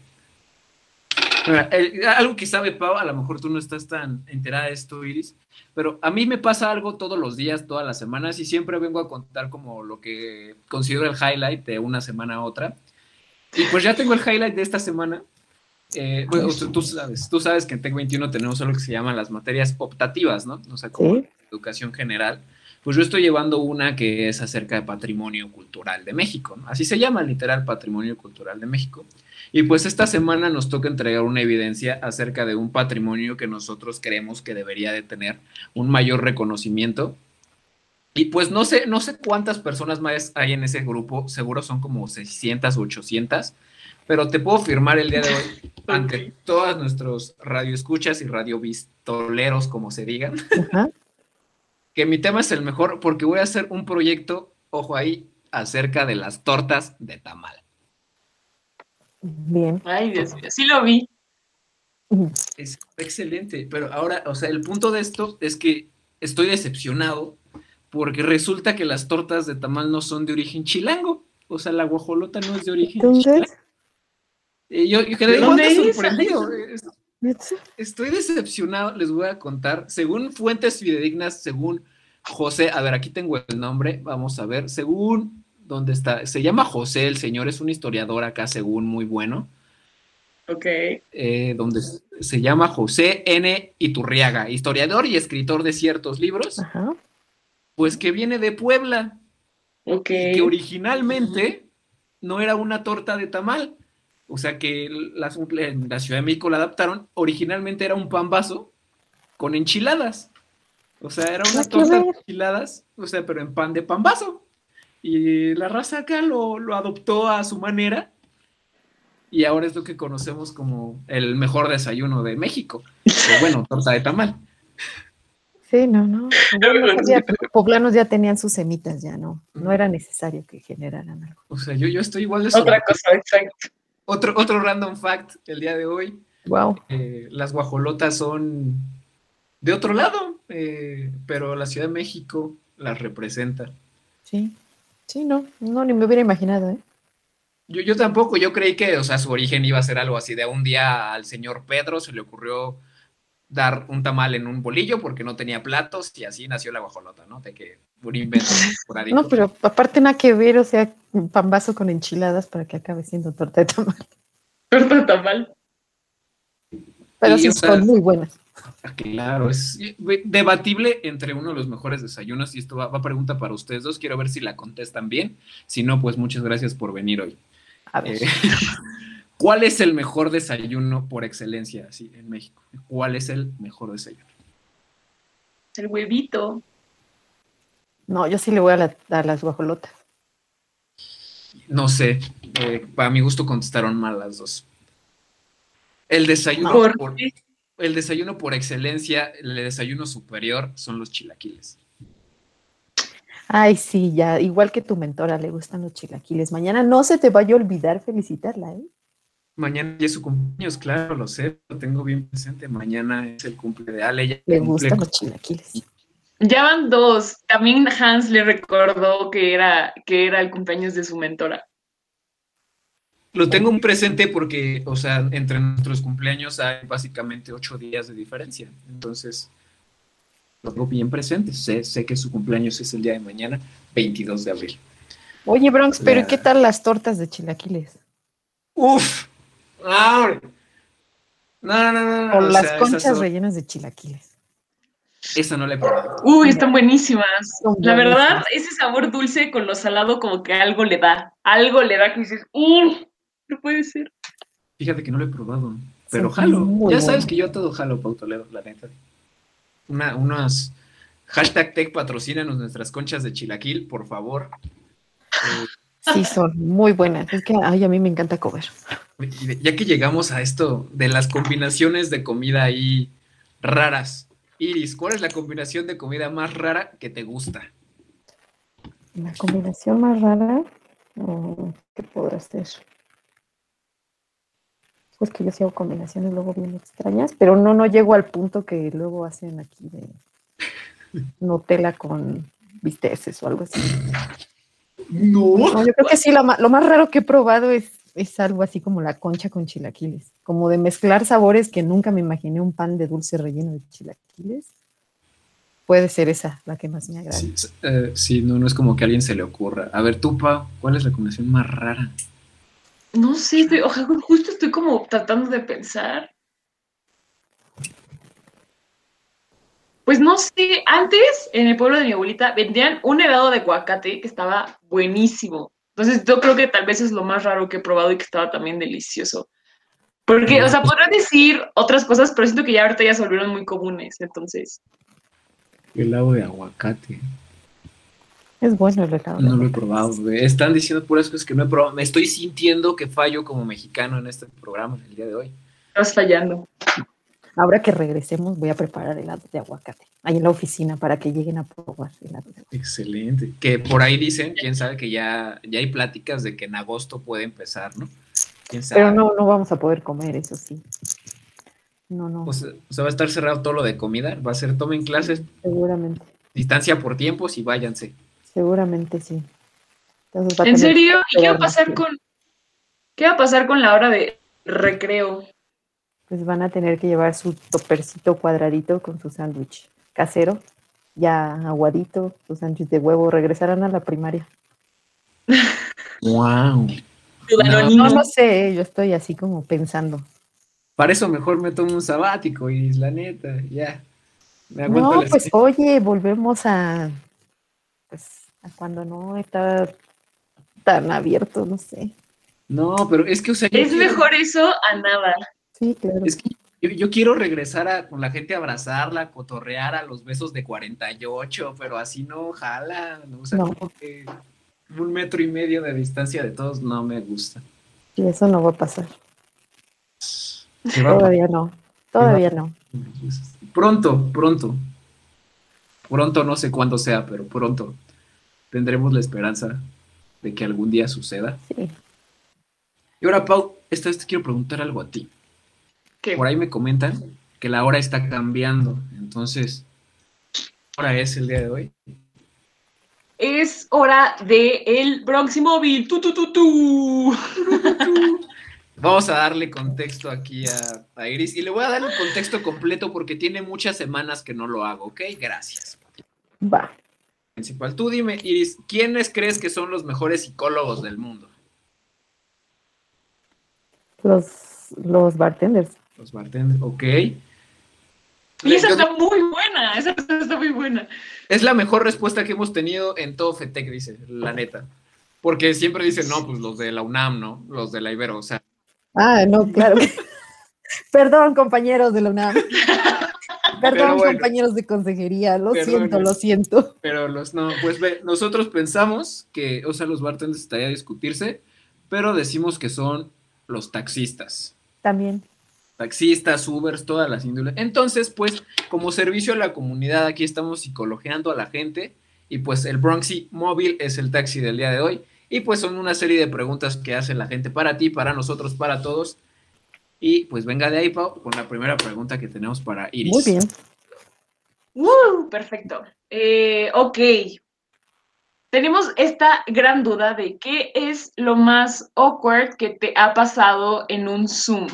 Speaker 3: Mira, algo que sabe Pau, a lo mejor tú no estás tan enterada de esto, Iris, pero a mí me pasa algo todos los días, todas las semanas, y siempre vengo a contar como lo que considero el highlight de una semana a otra. Y pues ya tengo el highlight de esta semana. Bueno, tú sabes que en TEC 21 tenemos algo que se llama las materias optativas, ¿no? O sea, como
Speaker 4: Sí.
Speaker 3: educación general. Pues yo estoy llevando una que es acerca de patrimonio cultural de México, ¿no? Así se llama, literal, patrimonio cultural de México. Y pues esta semana nos toca entregar una evidencia acerca de un patrimonio que nosotros creemos que debería de tener un mayor reconocimiento. Y pues no sé cuántas personas más hay en ese grupo, seguro son como 600 o 800, pero te puedo firmar el día de hoy ante todos nuestros radioescuchas y radiovistoleros, como se digan,
Speaker 4: Ajá.
Speaker 3: que mi tema es el mejor porque voy a hacer un proyecto, ojo ahí, acerca de las tortas de tamal.
Speaker 4: Bien.
Speaker 2: Ay, Dios mío, sí lo vi.
Speaker 3: Es excelente, pero ahora, o sea, el punto de esto es que estoy decepcionado porque resulta que las tortas de tamal no son de origen chilango, o sea, la guajolota no es de origen chilango.
Speaker 4: Entonces,
Speaker 3: Yo quedé
Speaker 2: ¿De
Speaker 3: igual
Speaker 2: dónde
Speaker 3: de
Speaker 2: es?
Speaker 3: sorprendido. Estoy decepcionado, les voy a contar. Según fuentes fidedignas, según José, a ver, aquí tengo el nombre, vamos a ver, según, ¿dónde está? Se llama José, el señor es un historiador acá, según muy bueno.
Speaker 2: Ok.
Speaker 3: Donde se llama José N. Iturriaga, historiador y escritor de ciertos libros,
Speaker 4: ajá.
Speaker 3: pues que viene de Puebla,
Speaker 2: Ok.
Speaker 3: y que originalmente no era una torta de tamal. O sea que en la Ciudad de México la adaptaron. Originalmente era un pan vaso con enchiladas. O sea, era una torta de enchiladas, o sea, pero en pan de pan vaso. Y la raza acá lo adoptó a su manera. Y ahora es lo que conocemos como el mejor desayuno de México. O bueno, torta de tamal.
Speaker 4: Sí, no. Los poblanos ya tenían sus semitas, ya no era necesario que generaran algo.
Speaker 3: O sea, yo estoy igual de
Speaker 2: Otra cosa, exacto.
Speaker 3: Otro random fact el día de hoy.
Speaker 4: Wow.
Speaker 3: Las guajolotas son de otro lado, pero la Ciudad de México las representa.
Speaker 4: Sí, no, ni me hubiera imaginado, ¿eh?
Speaker 3: Yo tampoco, yo creí que, o sea, su origen iba a ser algo así, de un día al señor Pedro se le ocurrió dar un tamal en un bolillo porque no tenía platos y así nació la guajolota, ¿no? De que un invento esporádico.
Speaker 4: No, pero aparte nada que ver, o sea, un pan vaso con enchiladas para que acabe siendo torta de tamal.
Speaker 2: Torta de tamal.
Speaker 4: Pero
Speaker 3: y,
Speaker 4: sí,
Speaker 3: o sea,
Speaker 4: son muy buenas.
Speaker 3: Claro, es debatible entre uno de los mejores desayunos y esto va pregunta para ustedes dos, quiero ver si la contestan bien, si no, pues muchas gracias por venir hoy.
Speaker 4: A ver.
Speaker 3: ¿Cuál es el mejor desayuno por excelencia así en México? ¿Cuál es el mejor desayuno?
Speaker 2: El huevito.
Speaker 4: No, yo sí le voy a las guajolotas.
Speaker 3: No sé, para mi gusto contestaron mal las dos. El desayuno, el desayuno por excelencia, el desayuno superior son los chilaquiles.
Speaker 4: Ay, sí, ya, igual que tu mentora, le gustan los chilaquiles. Mañana no se te vaya a olvidar felicitarla, ¿eh?
Speaker 3: Mañana ya es su cumpleaños, claro, lo sé, lo tengo bien presente. Mañana es el cumple de Ale.
Speaker 4: Le gustan los chilaquiles.
Speaker 2: Ya van dos. También Hans le recordó que era el cumpleaños de su mentora.
Speaker 3: Lo tengo muy presente porque, o sea, entre nuestros cumpleaños hay básicamente 8 días de diferencia. Entonces, lo tengo bien presente. Sé que su cumpleaños es el día de mañana, 22 de abril.
Speaker 4: Oye, Bronx, pero ¿y qué
Speaker 3: La-
Speaker 4: tal las tortas de chilaquiles?
Speaker 3: ¡Uf! ¡Ah!
Speaker 4: O
Speaker 3: No, o
Speaker 4: las
Speaker 3: sea,
Speaker 4: conchas rellenas de chilaquiles.
Speaker 3: esa no la he probado.
Speaker 2: Uy, están buenísimas.
Speaker 4: Son
Speaker 2: La verdad,
Speaker 4: buenísimas.
Speaker 2: ese sabor dulce con lo salado como que algo le da que dices, no puede ser.
Speaker 3: Fíjate que no lo he probado, pero
Speaker 4: Son
Speaker 3: jalo.
Speaker 4: muy
Speaker 3: Ya sabes
Speaker 4: buenas.
Speaker 3: que yo a todo jalo, Pau Toledo, la neta. Unas hashtag Tech patrocínanos nuestras conchas de chilaquil, por favor.
Speaker 4: Sí, son muy buenas. Es que, ay, a mí me encanta comer.
Speaker 3: Ya que llegamos a esto de las combinaciones de comida ahí raras, Iris, ¿cuál es la combinación de comida más rara que te gusta?
Speaker 4: La combinación más rara, ¿qué podrá ser? Pues que yo sí hago combinaciones luego bien extrañas, pero no llego al punto que luego hacen aquí de Nutella con bisteces o algo así.
Speaker 3: No.
Speaker 4: No, yo creo que sí, lo más raro que he probado es algo así como la concha con chilaquiles, como de mezclar sabores que nunca me imaginé un pan de dulce relleno de chilaquiles. Puede ser esa la que más me agrada.
Speaker 3: Sí, no es como que a alguien se le ocurra. A ver, tú, Pau, ¿cuál es la combinación más rara?
Speaker 2: No sé, justo estoy como tratando de pensar. Pues no sé, antes en el pueblo de mi abuelita vendían un helado de aguacate que estaba buenísimo. Entonces yo creo que tal vez es lo más raro que he probado y que estaba también delicioso. Porque, o sea, podrán decir otras cosas, pero siento que ya ahorita ya se volvieron muy comunes, entonces.
Speaker 3: Helado de aguacate.
Speaker 4: Es bueno el helado.
Speaker 3: No lo he probado, güey. Están diciendo puras cosas que no he probado. Me estoy sintiendo que fallo como mexicano en este programa el día de hoy.
Speaker 2: Estás fallando.
Speaker 4: Ahora que regresemos voy a preparar helado de aguacate ahí en la oficina para que lleguen a probar helado de aguacate.
Speaker 3: Excelente. Que por ahí dicen, quién sabe que ya hay pláticas de que en agosto puede empezar, ¿no? ¿Quién sabe?
Speaker 4: Pero no vamos a poder comer, eso sí. No.
Speaker 3: O sea, va a estar cerrado todo lo de comida. Va a ser, tomen clases,
Speaker 4: Seguramente.
Speaker 3: distancia por tiempos y váyanse.
Speaker 4: Seguramente sí. Entonces
Speaker 2: ¿En serio? ¿Y qué va a pasar con la hora de recreo?
Speaker 4: Pues van a tener que llevar su topercito cuadradito con su sándwich casero, ya aguadito, su sándwich de huevo. Regresarán a la primaria.
Speaker 3: ¡Wow!
Speaker 4: No sé, yo estoy así como pensando.
Speaker 3: Para eso mejor me tomo un sabático, y la neta, ya. Me aguanto
Speaker 4: No,
Speaker 3: la
Speaker 4: pues oye, volvemos a cuando no está tan abierto, no sé.
Speaker 3: No, pero es que, o sea,
Speaker 2: Es mejor eso a nada.
Speaker 4: Sí, claro.
Speaker 3: Es que yo quiero regresar con la gente a abrazarla, a cotorrear a los besos de 48, pero así no jala, ¿no? O sea,
Speaker 4: No.
Speaker 3: como que 1,5 metros de distancia de todos no me gusta.
Speaker 4: Y eso no va a pasar.
Speaker 3: ¿Qué va a
Speaker 4: Todavía no. Todavía no.
Speaker 3: Pronto, no sé cuándo sea, pero pronto tendremos la esperanza de que algún día suceda.
Speaker 4: Sí.
Speaker 3: Y ahora, Pau, esta vez te quiero preguntar algo a ti.
Speaker 2: ¿Qué?
Speaker 3: Por ahí me comentan que la hora está cambiando, entonces, ¿qué hora es el día de hoy?
Speaker 2: Es hora de el Bronx y Móvil. ¡Tu!
Speaker 3: Vamos a darle contexto aquí a Iris y le voy a dar el contexto completo porque tiene muchas semanas que no lo hago, ¿ok? Gracias.
Speaker 4: Va.
Speaker 3: Principal. Tú dime, Iris, ¿quiénes crees que son los mejores psicólogos del mundo?
Speaker 4: Los bartenders.
Speaker 3: Los bartenders, ok.
Speaker 2: Y esa está muy buena, esa está muy buena.
Speaker 3: Es la mejor respuesta que hemos tenido en todo FETEC, dice, la neta. Porque siempre dicen, no, pues los de la UNAM, ¿no? Los de la Ibero, o sea.
Speaker 4: Ah, no, claro. Perdón, compañeros de la UNAM. Perdón, bueno, compañeros de consejería. Lo siento.
Speaker 3: Pero no, pues nosotros pensamos que, o sea, los bartenders estaría a discutirse, pero decimos que son los taxistas.
Speaker 4: También.
Speaker 3: Taxistas, Ubers, todas las índoles. Entonces, pues, como servicio a la comunidad, aquí estamos psicologeando a la gente y pues el Bronxy Móvil es el taxi del día de hoy y pues son una serie de preguntas que hace la gente para ti, para nosotros, para todos. Y pues venga de ahí, Pau, con la primera pregunta que tenemos para Iris.
Speaker 4: Muy bien.
Speaker 2: Perfecto. Ok. tenemos esta gran duda de qué es lo más awkward que te ha pasado en un Zoom.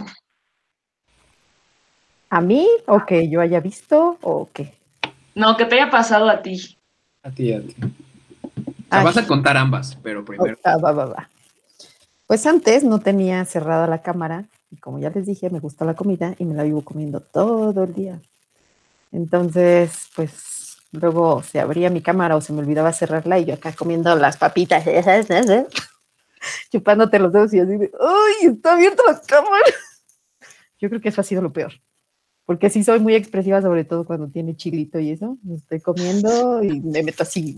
Speaker 4: ¿A mí? ¿O que yo haya visto? ¿O qué?
Speaker 2: No, que te haya pasado a ti.
Speaker 3: A ti, a ti. O sea, vas a contar ambas, pero primero.
Speaker 4: Va. Pues antes no tenía cerrada la cámara y como ya les dije, me gusta la comida y me la vivo comiendo todo el día. Entonces, pues luego se abría mi cámara o se me olvidaba cerrarla y yo acá comiendo las papitas, chupándote los dedos y así de, ¡ay, está abierta la cámara! Yo creo que eso ha sido lo peor. Porque sí soy muy expresiva, sobre todo cuando tiene chilito y eso. Me estoy comiendo y me meto así.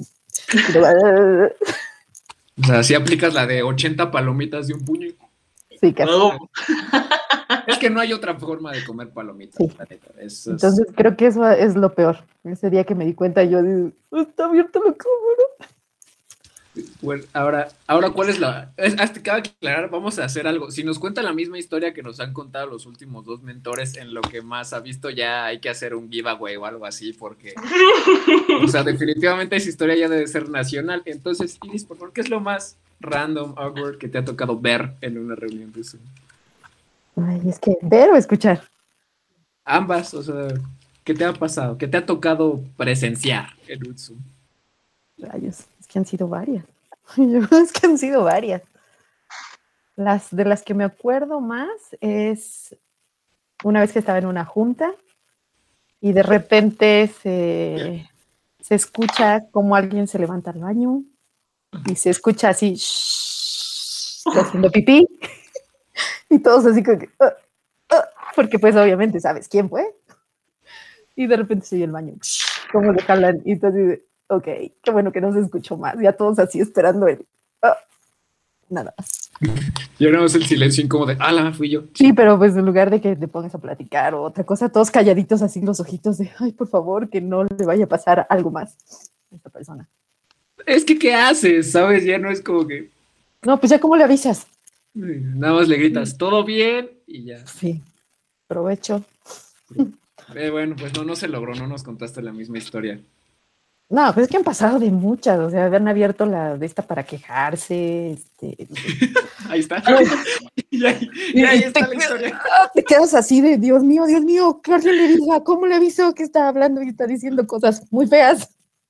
Speaker 3: O sea, si aplicas la de 80 palomitas de un puño.
Speaker 4: Sí, casi.
Speaker 3: Es que no hay otra forma de comer palomitas.
Speaker 4: Sí.
Speaker 3: La neta.
Speaker 4: Entonces creo que eso es lo peor. Ese día que me di cuenta yo digo, está abierta la cámara.
Speaker 3: Bueno, ahora, ¿cuál es la...? Hasta cabe aclarar, vamos a hacer algo. Si nos cuenta la misma historia que nos han contado los últimos 2 mentores en lo que más ha visto, ya hay que hacer un giveaway o algo así, porque... O sea, definitivamente esa historia ya debe ser nacional. Entonces, Iris, por favor, ¿qué es lo más random, awkward que te ha tocado ver en una reunión de Zoom?
Speaker 4: Ay, es que ver o escuchar.
Speaker 3: Ambas, o sea, ¿qué te ha pasado? ¿Qué te ha tocado presenciar en un Zoom?
Speaker 4: Rayos, es que han sido varias. Es que han sido varias. De las que me acuerdo más es una vez que estaba en una junta y de repente se escucha como alguien se levanta al baño y se escucha así, está haciendo pipí y todos así como que, porque pues obviamente sabes quién fue y de repente se oye el baño, como le jalan y entonces ok, qué bueno que no se escuchó más, ya todos así esperando nada más.
Speaker 3: Y ahora es el silencio incómodo de, ¡ala, fui yo!
Speaker 4: Sí, pero pues en lugar de que te pongas a platicar o otra cosa, todos calladitos así los ojitos de, ay, por favor, que no le vaya a pasar algo más a esta persona.
Speaker 3: Es que, ¿qué haces? ¿Sabes? Ya no es como que...
Speaker 4: No, pues ya, ¿cómo le avisas?
Speaker 3: Nada más le gritas, ¿todo bien? Y ya.
Speaker 4: Sí, provecho.
Speaker 3: Bueno, pues no se logró, no nos contaste la misma historia.
Speaker 4: No, pues es que han pasado de muchas, o sea, habían abierto la de esta para quejarse,
Speaker 3: Ahí está. y ahí está la historia.
Speaker 4: Te quedas así de, Dios mío, que alguien le diga, ¿cómo le aviso que está hablando y está diciendo cosas muy feas?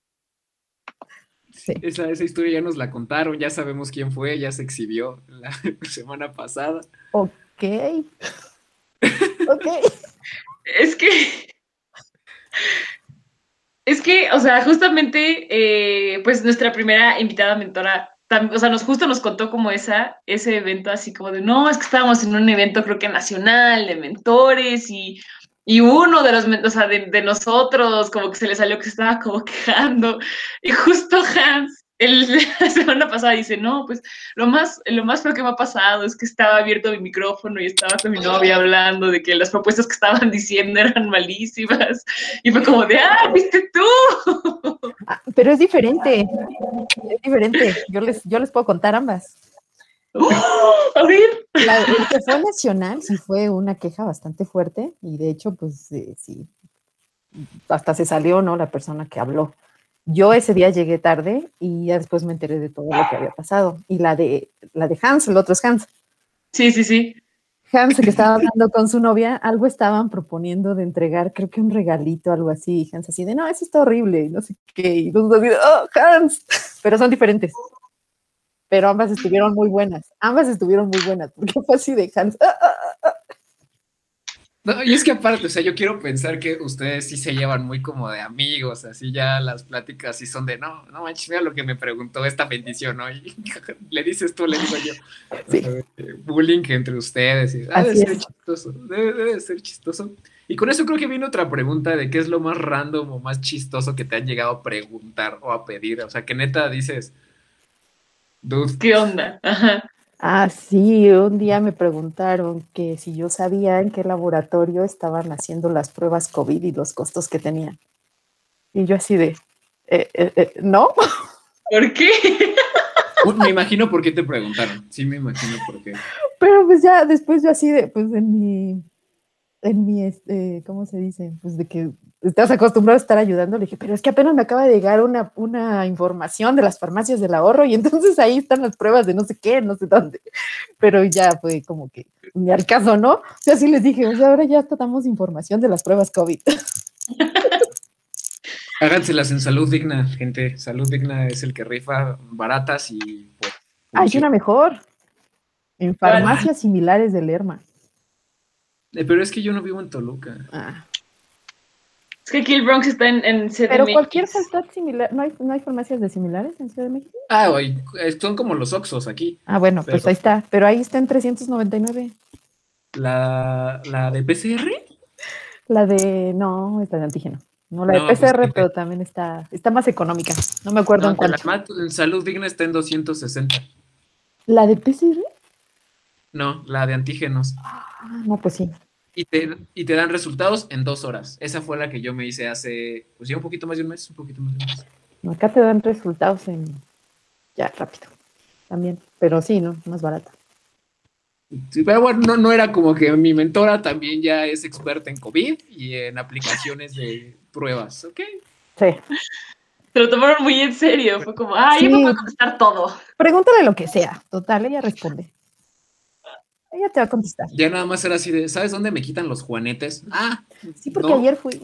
Speaker 3: Sí. Esa historia ya nos la contaron, ya sabemos quién fue, ya se exhibió la semana pasada.
Speaker 4: Ok.
Speaker 2: Es que, o sea, justamente, pues nuestra primera invitada mentora, o sea, justo nos contó como ese evento así como de, no, es que estábamos en un evento creo que nacional de mentores y uno de los, o sea, de nosotros como que se le salió que se estaba como quejando y justo Hans la semana pasada dice, no, pues lo más feo que me ha pasado es que estaba abierto mi micrófono y estaba con mi novia hablando de que las propuestas que estaban diciendo eran malísimas. Y fue como de, ¿viste tú?
Speaker 4: Pero es diferente. Yo les puedo contar ambas.
Speaker 2: A ver.
Speaker 4: El que fue nacional sí fue una queja bastante fuerte y de hecho, pues sí, hasta se salió, ¿no? La persona que habló. Yo ese día llegué tarde y ya después me enteré de todo lo que había pasado. Y la de Hans, el otro es Hans.
Speaker 2: Sí.
Speaker 4: Hans, que estaba hablando con su novia, algo estaban proponiendo de entregar, creo que un regalito, algo así. Y Hans así de, no, eso está horrible, y no sé qué. Y nosotros así de, Hans. Pero son diferentes. Pero ambas estuvieron muy buenas. Porque fue así de Hans.
Speaker 3: No, y es que aparte, o sea, yo quiero pensar que ustedes sí se llevan muy como de amigos, así ya las pláticas sí son de, no manches, mira lo que me preguntó esta bendición, ¿no? Y le dices tú, le digo yo.
Speaker 4: Sí.
Speaker 3: Bullying entre ustedes. Y, debe ser chistoso, debe ser chistoso. Y con eso creo que viene otra pregunta de qué es lo más random o más chistoso que te han llegado a preguntar o a pedir. O sea, que neta dices, dude.
Speaker 2: ¿Qué onda? Ajá.
Speaker 4: Sí, un día me preguntaron que si yo sabía en qué laboratorio estaban haciendo las pruebas COVID y los costos que tenían. Y yo así de, ¿no?
Speaker 2: ¿Por qué?
Speaker 3: Me imagino por qué te preguntaron. Sí, me imagino por qué.
Speaker 4: Pero pues ya después yo así de, pues en mi ¿cómo se dice? Pues de que estás acostumbrado a estar ayudando. Le dije, pero es que apenas me acaba de llegar una información de las farmacias del ahorro y entonces ahí están las pruebas de no sé qué, no sé dónde. Pero ya fue como que ni al caso, ¿no? O sea, sí les dije, o sea, ahora ya hasta damos información de las pruebas COVID.
Speaker 3: Háganselas en Salud Digna, gente. Salud Digna es el que rifa baratas y pues,
Speaker 4: Hay una mejor. En farmacias similares de Lerma.
Speaker 3: pero es que yo no vivo en Toluca.
Speaker 2: Es que aquí el Bronx está en CDMX.
Speaker 4: Pero cualquier Faltat similar, ¿no hay farmacias de similares en Ciudad de México?
Speaker 3: Oye, son como los Oxxos aquí.
Speaker 4: Bueno, pues ahí está. Pero ahí está en 399.
Speaker 3: ¿La de PCR?
Speaker 4: No, es la de antígeno. No, la de PCR, pues, pero también está más económica. No me acuerdo en cuánto.
Speaker 3: En Salud Digna está en 260.
Speaker 4: ¿La de PCR?
Speaker 3: No, la de antígenos.
Speaker 4: No, pues sí.
Speaker 3: Y te dan resultados en 2 horas. Esa fue la que yo me hice hace, pues ya un poquito más de un mes.
Speaker 4: Acá te dan resultados ya rápido. También, pero sí, ¿no? Más barata.
Speaker 3: Sí, pero bueno, no era como que mi mentora también ya es experta en COVID y en aplicaciones de pruebas, ¿ok?
Speaker 4: Sí.
Speaker 2: Se lo tomaron muy en serio. Fue como, yo me voy a contestar todo.
Speaker 4: Pregúntale lo que sea. Total, ella responde. Ella te va a contestar.
Speaker 3: Ya nada más era así de, ¿sabes dónde me quitan los juanetes?
Speaker 4: Sí, porque ayer fui.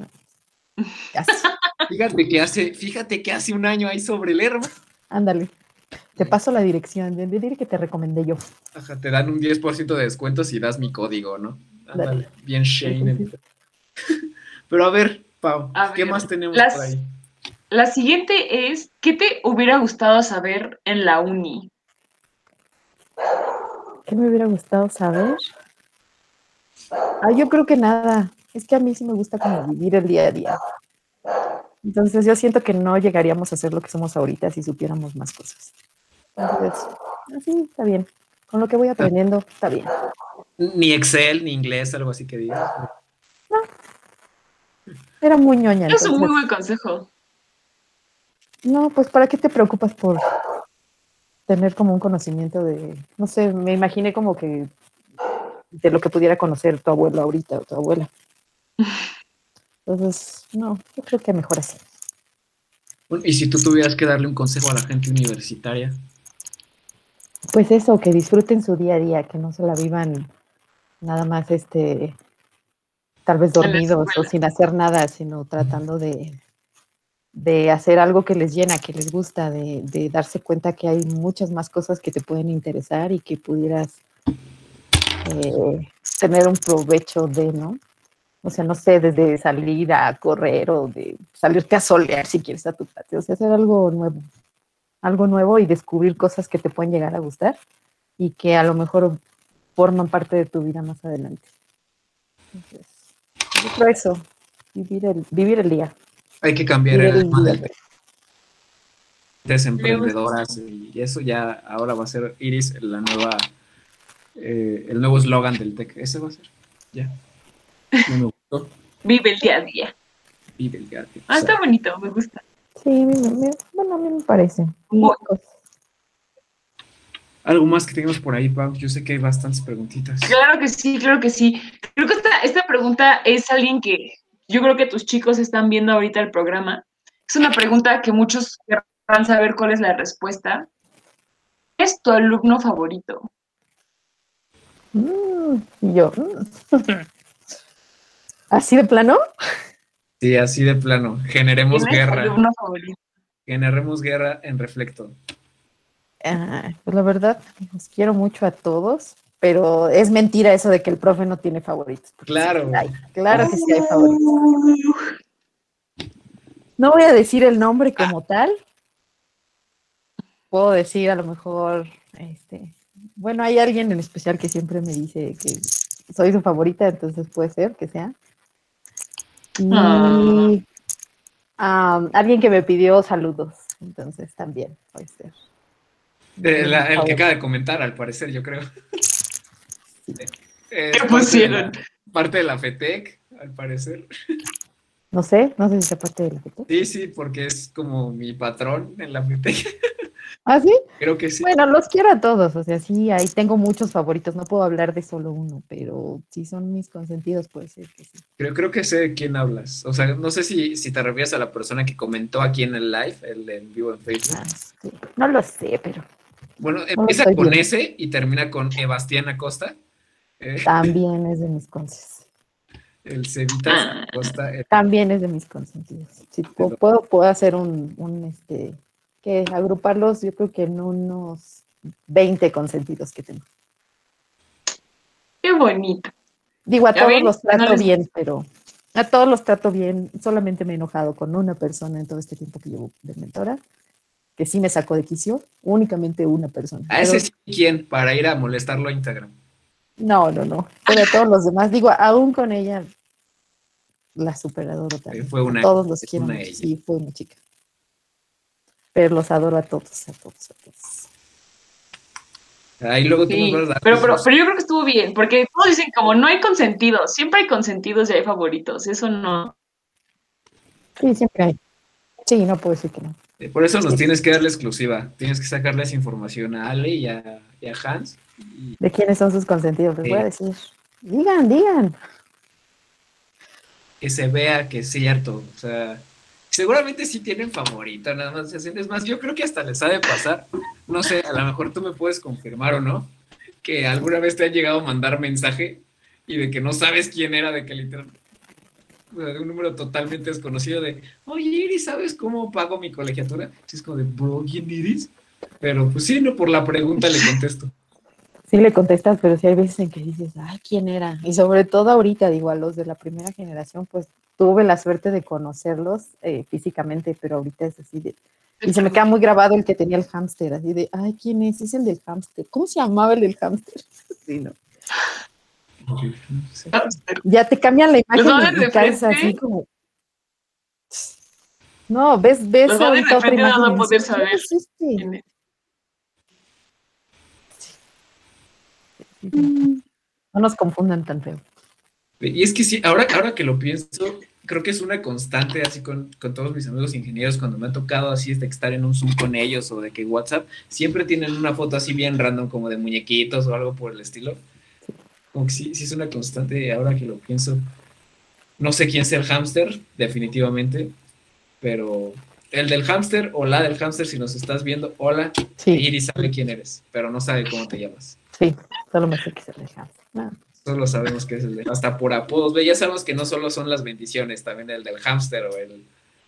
Speaker 3: Fíjate que hace un año hay sobre el Lerma.
Speaker 4: Ándale. Te paso la dirección. De decir que te recomendé yo.
Speaker 3: Ajá, te dan un 10% de descuento si das mi código, ¿no? Ándale. Bien Shane. Sí. Pero a ver, Pau, ¿qué más tenemos por ahí?
Speaker 2: La siguiente es, ¿qué te hubiera gustado saber en la uni?
Speaker 4: ¿Qué me hubiera gustado saber? Yo creo que nada. Es que a mí sí me gusta como vivir el día a día. Entonces yo siento que no llegaríamos a ser lo que somos ahorita si supiéramos más cosas. Entonces, así está bien. Con lo que voy aprendiendo, está bien.
Speaker 3: Ni Excel, ni inglés, algo así que digas.
Speaker 4: No. Era muy ñoña.
Speaker 2: Es un muy buen consejo.
Speaker 4: No, pues ¿para qué te preocupas por tener como un conocimiento de, no sé, me imaginé como que de lo que pudiera conocer tu abuelo ahorita o tu abuela. Entonces, no, yo creo que mejor así.
Speaker 3: Bueno, y si tú tuvieras que darle un consejo a la gente universitaria.
Speaker 4: Pues eso, que disfruten su día a día, que no se la vivan nada más tal vez dormidos o sin hacer nada, sino tratando de hacer algo que les llena, que les gusta, de darse cuenta que hay muchas más cosas que te pueden interesar y que pudieras tener un provecho de, ¿no? O sea, no sé, desde salir a correr o de salirte a solear si quieres a tu patio, o sea, hacer algo nuevo y descubrir cosas que te pueden llegar a gustar y que a lo mejor forman parte de tu vida más adelante. Entonces, yo creo eso, vivir el día.
Speaker 3: Hay que cambiar el modelo. Emprendedoras y eso ya ahora va a ser Iris el nuevo eslogan del TEC. Ese va a ser. Ya. No me gustó.
Speaker 2: Vive el día a día.
Speaker 3: Vive el día a día.
Speaker 2: Está bonito, me gusta.
Speaker 4: Sí, bueno, a mí me parece.
Speaker 3: ¿Algo más que tengamos por ahí, Pau? Yo sé que hay bastantes preguntitas.
Speaker 2: Claro que sí. Creo que esta pregunta es alguien que yo creo que tus chicos están viendo ahorita el programa. Es una pregunta que muchos querrán saber cuál es la respuesta. ¿Cuál es tu alumno favorito?
Speaker 4: Yo. ¿Así de plano?
Speaker 3: Sí, así de plano. Generemos guerra.
Speaker 2: ¿Quién es tu alumno favorito?
Speaker 3: Generemos guerra en Reflecto.
Speaker 4: Pues la verdad, los quiero mucho a todos, pero es mentira eso de que el profe no tiene favoritos.
Speaker 3: Claro.
Speaker 4: Claro que sí hay favoritos. No voy a decir el nombre como tal. Puedo decir a lo mejor, bueno, hay alguien en especial que siempre me dice que soy su favorita, entonces puede ser que sea. Y alguien que me pidió saludos, entonces también puede ser.
Speaker 3: El que acaba de comentar, al parecer, yo creo.
Speaker 2: ¿Qué pusieron?
Speaker 3: Parte de la FETEC, al parecer.
Speaker 4: No sé si es parte de la FETEC.
Speaker 3: Sí, porque es como mi patrón en la FETEC.
Speaker 4: ¿Ah, sí?
Speaker 3: Creo que sí.
Speaker 4: Bueno, los quiero a todos, o sea, sí, ahí tengo muchos favoritos, no puedo hablar de solo uno, pero si son mis consentidos, puede ser que sí.
Speaker 3: Creo que sé de quién hablas. O sea, no sé si te refieres a la persona que comentó aquí en el live, el en vivo en Facebook.
Speaker 4: Ah, sí. No lo sé, pero
Speaker 3: Bueno,
Speaker 4: no lo
Speaker 3: empieza
Speaker 4: estoy
Speaker 3: con
Speaker 4: viendo.
Speaker 3: S y termina con Ebastián Acosta.
Speaker 4: También es de mis conces.
Speaker 3: El Cevitas
Speaker 2: Ah,
Speaker 3: Acosta.
Speaker 4: También es de mis consentidos. Si puedo hacer que agruparlos, yo creo que en unos 20 consentidos que tengo.
Speaker 2: qué bonito.
Speaker 4: Digo, a
Speaker 2: ¿Ya
Speaker 4: todos
Speaker 2: ven?
Speaker 4: los
Speaker 2: No
Speaker 4: trato
Speaker 2: les...
Speaker 4: bien, pero a todos los trato bien. Solamente me he enojado con una persona en todo este tiempo que llevo de mentora, que sí me sacó de quicio, únicamente una persona.
Speaker 3: A
Speaker 4: Pero
Speaker 3: ese sí, ¿quién? Para ir a molestarlo a Instagram.
Speaker 4: no. Pero a todos los demás, digo, aún con ella, la superadoro también.
Speaker 3: Fue
Speaker 4: A
Speaker 3: una,
Speaker 4: todos los
Speaker 3: es
Speaker 4: quiero
Speaker 3: una
Speaker 4: mucho.
Speaker 3: ella.
Speaker 4: Sí, fue una chica. Pero los adoro a todos, a todos, a todos.
Speaker 3: Ahí luego tú nos vas
Speaker 2: Sí,
Speaker 3: a dar
Speaker 2: pero
Speaker 3: tus-
Speaker 2: yo creo que estuvo bien, porque todos dicen como no hay consentidos, siempre hay consentidos y hay favoritos, eso no.
Speaker 4: Sí, siempre hay. Sí, no puedo decir que no.
Speaker 3: Por eso nos
Speaker 4: Sí.
Speaker 3: tienes que dar la exclusiva. Tienes que sacarles información a Ale y a Hans. Y,
Speaker 4: ¿De quiénes son sus consentidos? Les voy a decir. Digan.
Speaker 3: que se vea que es cierto. O sea, seguramente sí tienen favorito, nada más. Es más, yo creo que hasta les ha de pasar. No sé, a lo mejor tú me puedes confirmar o no, que alguna vez te han llegado a mandar mensaje y de que no sabes quién era, de que literalmente de un número totalmente desconocido de, oye Iris, ¿sabes cómo pago mi colegiatura? Sí, es como de, bro, ¿quién Iris? Pero pues sí, no, por la pregunta le contesto.
Speaker 4: Sí le contestas, pero sí hay veces en que dices, ay, ¿quién era? Y sobre todo ahorita, digo, a los de la primera generación, pues tuve la suerte de conocerlos físicamente, pero ahorita es así de... Y se me queda muy grabado el que tenía el hámster, así de, ay, ¿quién es? Es el del hámster. ¿Cómo se llamaba el del hámster? Sí, no. Ya te cambian la
Speaker 2: Los va
Speaker 4: imagen
Speaker 2: de
Speaker 4: y caes así
Speaker 2: repente,
Speaker 4: como... No, ves
Speaker 2: los va de
Speaker 4: ahorita otra
Speaker 2: repente
Speaker 4: imagen
Speaker 2: no
Speaker 4: y
Speaker 2: va a poder
Speaker 4: dices, ¿quién
Speaker 2: saber
Speaker 4: es este?
Speaker 2: quién es.
Speaker 4: No nos confundan tan feo.
Speaker 3: Y es que sí, ahora que lo pienso, creo que es una constante así con todos mis amigos ingenieros, cuando me ha tocado así de estar en un Zoom con ellos o de que WhatsApp, siempre tienen una foto así bien random como de muñequitos o algo por el estilo. Como que sí es una constante ahora que lo pienso. No sé quién sea el hámster, definitivamente, pero el del hámster o la del hámster, si nos estás viendo, hola,
Speaker 4: Sí,
Speaker 3: Iris sabe quién eres, pero no sabe cómo te llamas.
Speaker 4: sí, solo me sé que se deja. No.
Speaker 3: Solo sabemos que es el de, hasta por apodos, ve, ya sabemos que no solo son las bendiciones, también el del hámster o el...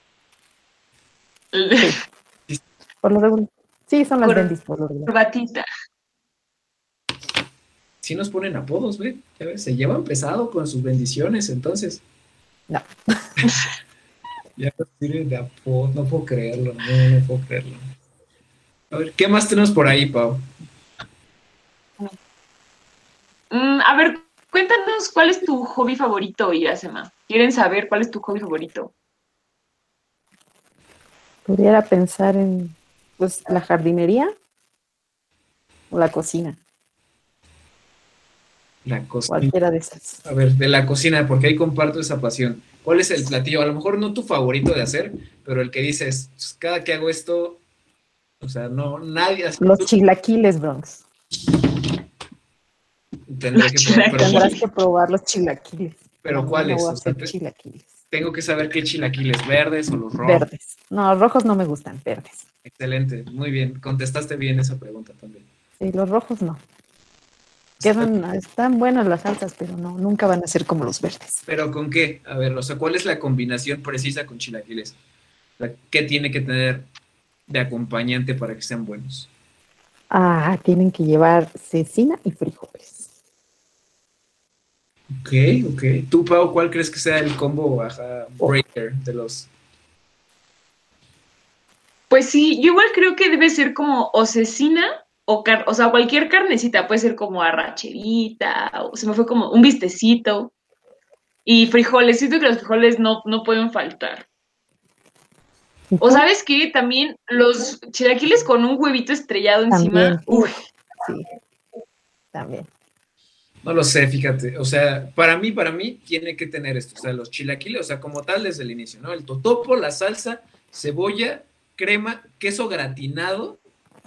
Speaker 4: Sí, por lo regular. Sí, son las bendis por lo regular.
Speaker 2: Corbatita.
Speaker 3: Sí nos ponen apodos, ve, ya ves, se llevan pesado con sus bendiciones, entonces.
Speaker 4: No.
Speaker 3: Ya nos sirven de apodo, no puedo creerlo, no puedo creerlo. A ver, ¿qué más tenemos por ahí, Pau?
Speaker 2: A ver, cuéntanos cuál es tu hobby favorito, Irasema. ¿Quieren saber cuál es tu hobby favorito?
Speaker 4: Pudiera pensar en, pues, la jardinería o la cocina.
Speaker 3: La cocina.
Speaker 4: Cualquiera de esas.
Speaker 3: A ver, de la cocina, porque ahí comparto esa pasión. ¿Cuál es el platillo? A lo mejor no tu favorito de hacer, pero el que dices, pues, cada que hago esto, o sea, no, nadie...
Speaker 4: Los chilaquiles, Bronx.
Speaker 3: Tendré que probar, pero,
Speaker 4: Tendrás que probar los chilaquiles.
Speaker 3: pero ¿cuáles?
Speaker 4: No voy a
Speaker 3: O sea,
Speaker 4: hacer chilaquiles.
Speaker 3: tengo que saber qué chilaquiles, verdes o los rojos.
Speaker 4: Verdes. No, rojos no me gustan, verdes.
Speaker 3: Excelente, muy bien. Contestaste bien esa pregunta también.
Speaker 4: Sí, los rojos no. Están buenas las salsas, pero no, nunca van a ser como los verdes.
Speaker 3: ¿Pero con qué? A ver, o sea, ¿cuál es la combinación precisa con chilaquiles? O sea, ¿qué tiene que tener de acompañante para que sean buenos?
Speaker 4: Ah, tienen que llevar cecina y frijoles.
Speaker 3: Ok. ¿Tú, Pau, cuál crees que sea el combo breaker de los...
Speaker 2: Pues sí, yo igual creo que debe ser como o cecina o sea, cualquier carnecita, puede ser como arracherita, o se me fue como un bistecito. Y frijoles, siento que los frijoles no pueden faltar. O sabes qué, también los chilaquiles con un huevito estrellado encima.
Speaker 4: También. Uf. Sí, también.
Speaker 3: No lo sé, fíjate. O sea, para mí tiene que tener esto. O sea, los chilaquiles, o sea, como tal desde el inicio, ¿no? El totopo, la salsa, cebolla, crema, queso gratinado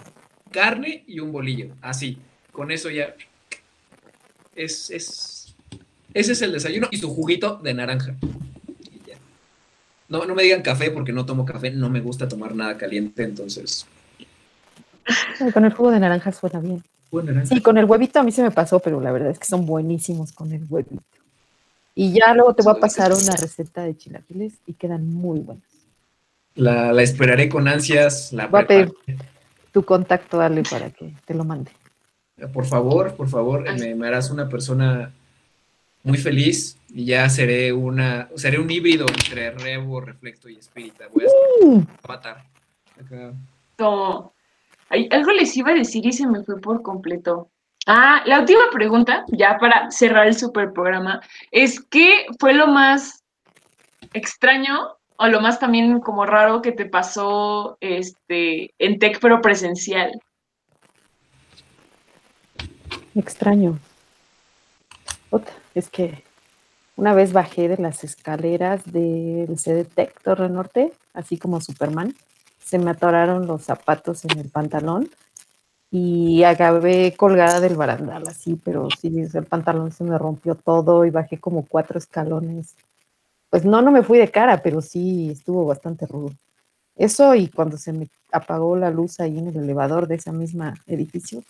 Speaker 3: carne y un bolillo, así, con eso ya ese es el desayuno y su juguito de naranja. Y ya. No me digan café porque no tomo café, no me gusta tomar nada caliente, entonces.
Speaker 4: Con el jugo de naranja suena bien. Sí, con el huevito a mí se me pasó, pero la verdad es que son buenísimos con el huevito. Y ya luego te voy a pasar una receta de chilaquiles y quedan muy buenos.
Speaker 3: La esperaré con ansias.
Speaker 4: Voy a pedir tu contacto, Ale, para que te lo mande.
Speaker 3: Por favor, me harás una persona muy feliz y ya seré un híbrido entre Rebo, Reflecto y Espírita. Voy a ser avatar.
Speaker 2: No. Algo les iba a decir y se me fue por completo. La última pregunta, ya para cerrar el super programa, es ¿qué fue lo más extraño o lo más también como raro que te pasó en Tech pero presencial?
Speaker 4: Extraño. Es que una vez bajé de las escaleras del CDTech Torre Norte, así como Superman, se me atoraron los zapatos en el pantalón y acabé colgada del barandal, así, pero sí, el pantalón se me rompió todo y bajé como 4 escalones. Pues no me fui de cara, pero sí estuvo bastante rudo. Eso y cuando se me apagó la luz ahí en el elevador de ese mismo edificio,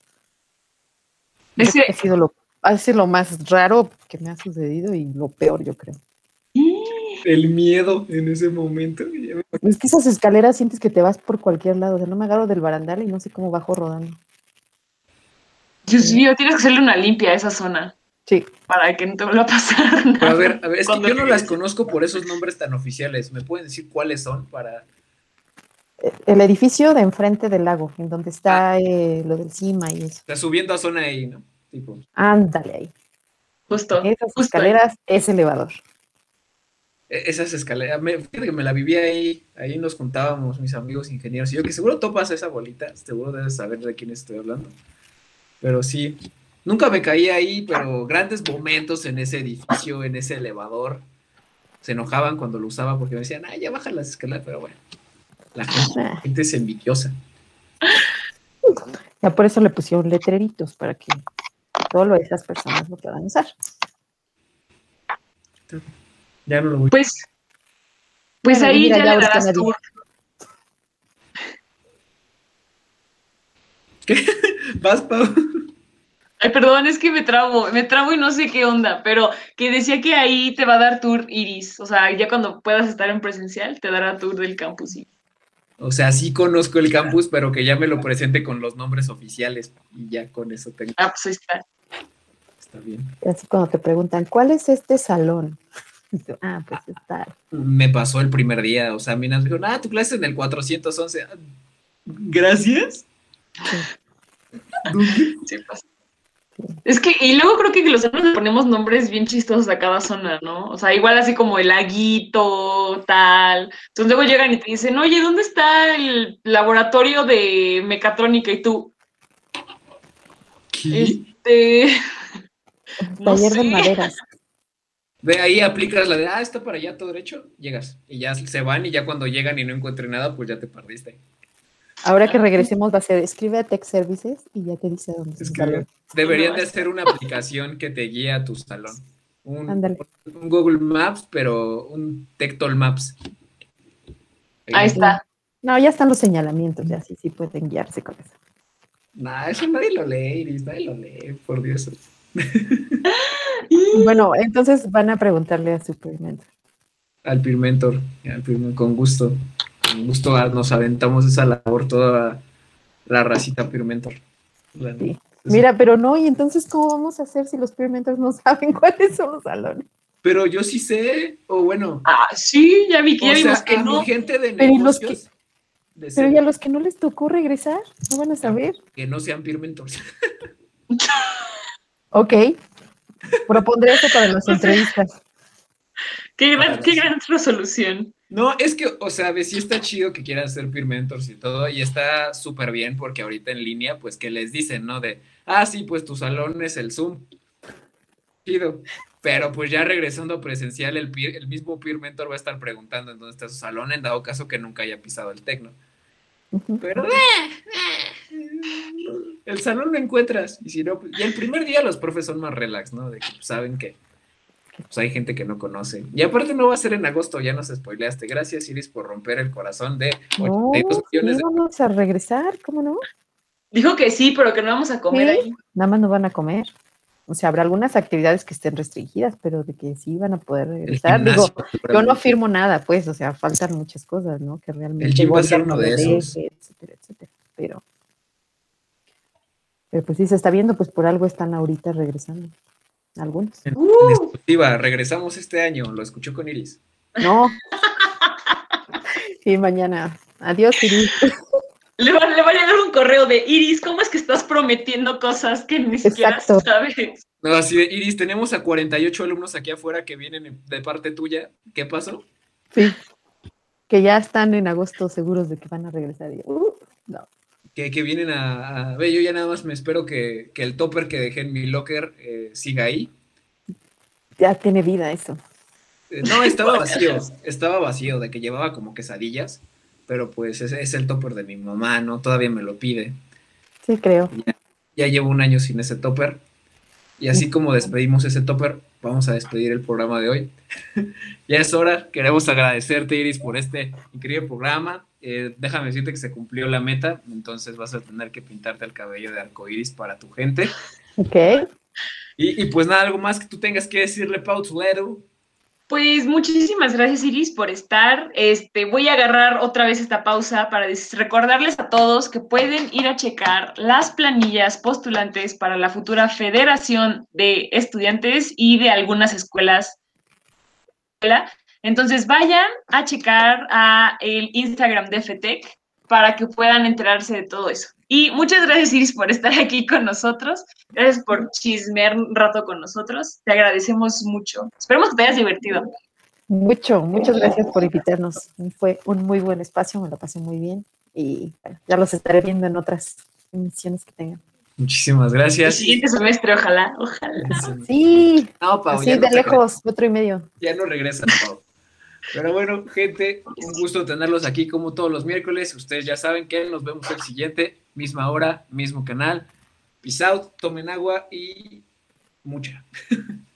Speaker 4: ha sido lo más raro que me ha sucedido y lo peor, yo creo.
Speaker 3: El miedo en ese momento.
Speaker 4: Es que esas escaleras sientes que te vas por cualquier lado. O sea, no me agarro del barandal y no sé cómo bajo rodando.
Speaker 2: Dios mío, tienes que hacerle una limpia a esa zona.
Speaker 4: Sí.
Speaker 2: Para que no te vuelva a pasar nada.
Speaker 3: Pero a ver, es que yo no las conozco por esos nombres tan oficiales. ¿Me pueden decir cuáles son para...?
Speaker 4: El edificio de enfrente del lago, en donde está lo del CIMA y eso.
Speaker 3: Está subiendo a zona ahí, ¿no? Tipo.
Speaker 4: Ándale ahí.
Speaker 2: Justo.
Speaker 4: Esas escaleras, ese elevador.
Speaker 3: Esas escaleras, fíjate que me la vivía ahí nos juntábamos mis amigos ingenieros, y yo que seguro topas esa bolita, seguro debes saber de quién estoy hablando, pero sí, nunca me caí ahí, pero grandes momentos en ese edificio, en ese elevador, se enojaban cuando lo usaba porque me decían, ya baja las escaleras, pero bueno, la gente es envidiosa.
Speaker 4: Ya por eso le pusieron letreritos, para que solo esas personas lo puedan usar.
Speaker 3: Ya no lo voy.
Speaker 2: Pues bueno, ahí mira, ya le darás tour.
Speaker 3: ¿Qué? ¿Vas, Pau?
Speaker 2: Ay, perdón, es que me trabo y no sé qué onda, pero que decía que ahí te va a dar tour Iris, o sea, ya cuando puedas estar en presencial, te dará tour del campus. Sí.
Speaker 3: O sea, sí conozco el campus, pero que ya me lo presente con los nombres oficiales y ya con eso tengo.
Speaker 2: Pues ahí está.
Speaker 3: Está bien.
Speaker 4: Así cuando te preguntan, ¿cuál es este salón? Pues está.
Speaker 3: Me pasó el primer día, o sea, me dijeron, tu clase es en el 411. Gracias.
Speaker 2: Sí, pasa. Es que, y luego creo que los alumnos le ponemos nombres bien chistosos a cada zona, ¿no? O sea, igual así como el laguito, tal. Entonces luego llegan y te dicen, oye, ¿dónde está el laboratorio de mecatrónica? Y tú,
Speaker 4: ¿Qué?
Speaker 2: No
Speaker 4: Taller
Speaker 2: sé.
Speaker 4: de maderas.
Speaker 3: De ahí aplicas la de, está para allá todo derecho, llegas. Y ya se van y ya cuando llegan y no encuentren nada, pues ya te perdiste.
Speaker 4: Ahora que regresemos va a ser, escribe a Tech Services y ya te dice dónde es.
Speaker 3: Deberían de hacer una aplicación que te guíe a tu salón.
Speaker 4: Un
Speaker 3: Google Maps, pero un Tectol Maps.
Speaker 2: Ahí está.
Speaker 4: No, ya están los señalamientos, ya sí pueden guiarse con eso.
Speaker 3: Eso nadie lo lee, Iris, nadie lo lee, por Dios.
Speaker 4: Bueno, entonces van a preguntarle a su peer mentor.
Speaker 3: Al peer mentor, con gusto. Con gusto nos aventamos esa labor toda la racita peer mentor.
Speaker 4: Sí. Mira, pero no, y entonces, ¿cómo vamos a hacer si los peer mentors no saben cuáles son los salones?
Speaker 3: Pero yo sí sé, o bueno.
Speaker 2: Sí, ya vi que ya vimos que
Speaker 3: no. Mi gente de
Speaker 4: pero
Speaker 3: negocios.
Speaker 4: Pero ¿y a los que no les tocó regresar? ¿No van a saber?
Speaker 3: Que no sean peer mentors.
Speaker 4: Ok. Propondré esto para las entrevistas.
Speaker 2: Qué gran resolución.
Speaker 3: No, es que, o sea, sí está chido que quieran ser peer mentors y todo, y está súper bien porque ahorita en línea, pues, que les dicen, ¿no? De, sí, pues tu salón es el Zoom. Chido. Pero pues ya regresando a presencial, el mismo peer mentor va a estar preguntando en dónde está su salón, en dado caso que nunca haya pisado el tecno. Pero, el salón lo encuentras. Y si no, y el primer día los profes son más relax, ¿no? De que saben que pues, hay gente que no conoce. Y aparte no va a ser en agosto, ya nos spoileaste. Gracias, Iris, por romper el corazón de
Speaker 4: No,
Speaker 3: 82
Speaker 4: sí,
Speaker 3: millones de...
Speaker 4: vamos a regresar, ¿cómo no?
Speaker 2: Dijo que sí, pero que no vamos a comer
Speaker 4: Sí,
Speaker 2: ahí.
Speaker 4: nada más no van a comer. O sea, habrá algunas actividades que estén restringidas, pero de que sí van a poder
Speaker 3: El
Speaker 4: regresar.
Speaker 3: gimnasio,
Speaker 4: Digo, yo no
Speaker 3: seguramente.
Speaker 4: firmo nada, pues, o sea, faltan muchas cosas, ¿no? Que
Speaker 3: El
Speaker 4: realmente
Speaker 3: gym
Speaker 4: el
Speaker 3: va a ser
Speaker 4: gobierno
Speaker 3: uno de
Speaker 4: lo
Speaker 3: esos.
Speaker 4: deje, etcétera, etcétera. Pero pues sí se está viendo, pues por algo están ahorita regresando. Algunos.
Speaker 3: En
Speaker 2: ¡Uh!
Speaker 3: exclusiva, regresamos este año, lo escuchó con Iris.
Speaker 4: No. Sí, mañana. Adiós, Iris.
Speaker 2: Le va a llegar un correo de Iris, ¿cómo es que estás prometiendo cosas que ni siquiera
Speaker 4: Exacto.
Speaker 2: sabes?
Speaker 3: No, así de, Iris, tenemos a 48 alumnos aquí afuera que vienen de parte tuya. ¿Qué pasó?
Speaker 4: Sí. Que ya están en agosto seguros de que van a regresar. Y yo, no.
Speaker 3: Que vienen Ve, yo ya nada más me espero que el topper que dejé en mi locker siga ahí.
Speaker 4: Ya tiene vida eso.
Speaker 3: No, estaba vacío, de que llevaba como quesadillas, pero pues es el topper de mi mamá, ¿no? Todavía me lo pide.
Speaker 4: Sí, creo.
Speaker 3: Ya llevo un año sin ese topper. Y así como despedimos ese topper, vamos a despedir el programa de hoy. Ya es hora, queremos agradecerte, Iris, por este increíble programa. Déjame decirte que se cumplió la meta, entonces vas a tener que pintarte el cabello de arcoíris para tu gente.
Speaker 4: Ok.
Speaker 3: Y pues nada, algo más que tú tengas que decirle, Pau Toledo.
Speaker 2: Pues muchísimas gracias, Iris, por estar. Voy a agarrar otra vez esta pausa para recordarles a todos que pueden ir a checar las planillas postulantes para la futura Federación de Estudiantes y de algunas escuelas. Entonces vayan a checar a el Instagram de FETEC para que puedan enterarse de todo eso. Y muchas gracias, Iris, por estar aquí con nosotros. Gracias por chismear un rato con nosotros. Te agradecemos mucho. Esperemos que te hayas divertido.
Speaker 4: Muchas gracias por invitarnos. Fue un muy buen espacio, me lo pasé muy bien. Y bueno, ya los estaré viendo en otras emisiones que tengan.
Speaker 3: Muchísimas
Speaker 2: El
Speaker 3: gracias.
Speaker 2: siguiente semestre, ojalá.
Speaker 4: Sí,
Speaker 3: No, Pau,
Speaker 4: así
Speaker 3: ya
Speaker 4: de
Speaker 3: no te
Speaker 4: lejos, 1.5 años.
Speaker 3: Ya no regresas, Pau. Pero bueno, gente, un gusto tenerlos aquí como todos los miércoles. Ustedes ya saben que nos vemos el siguiente, misma hora, mismo canal. Peace out, tomen agua y mucha.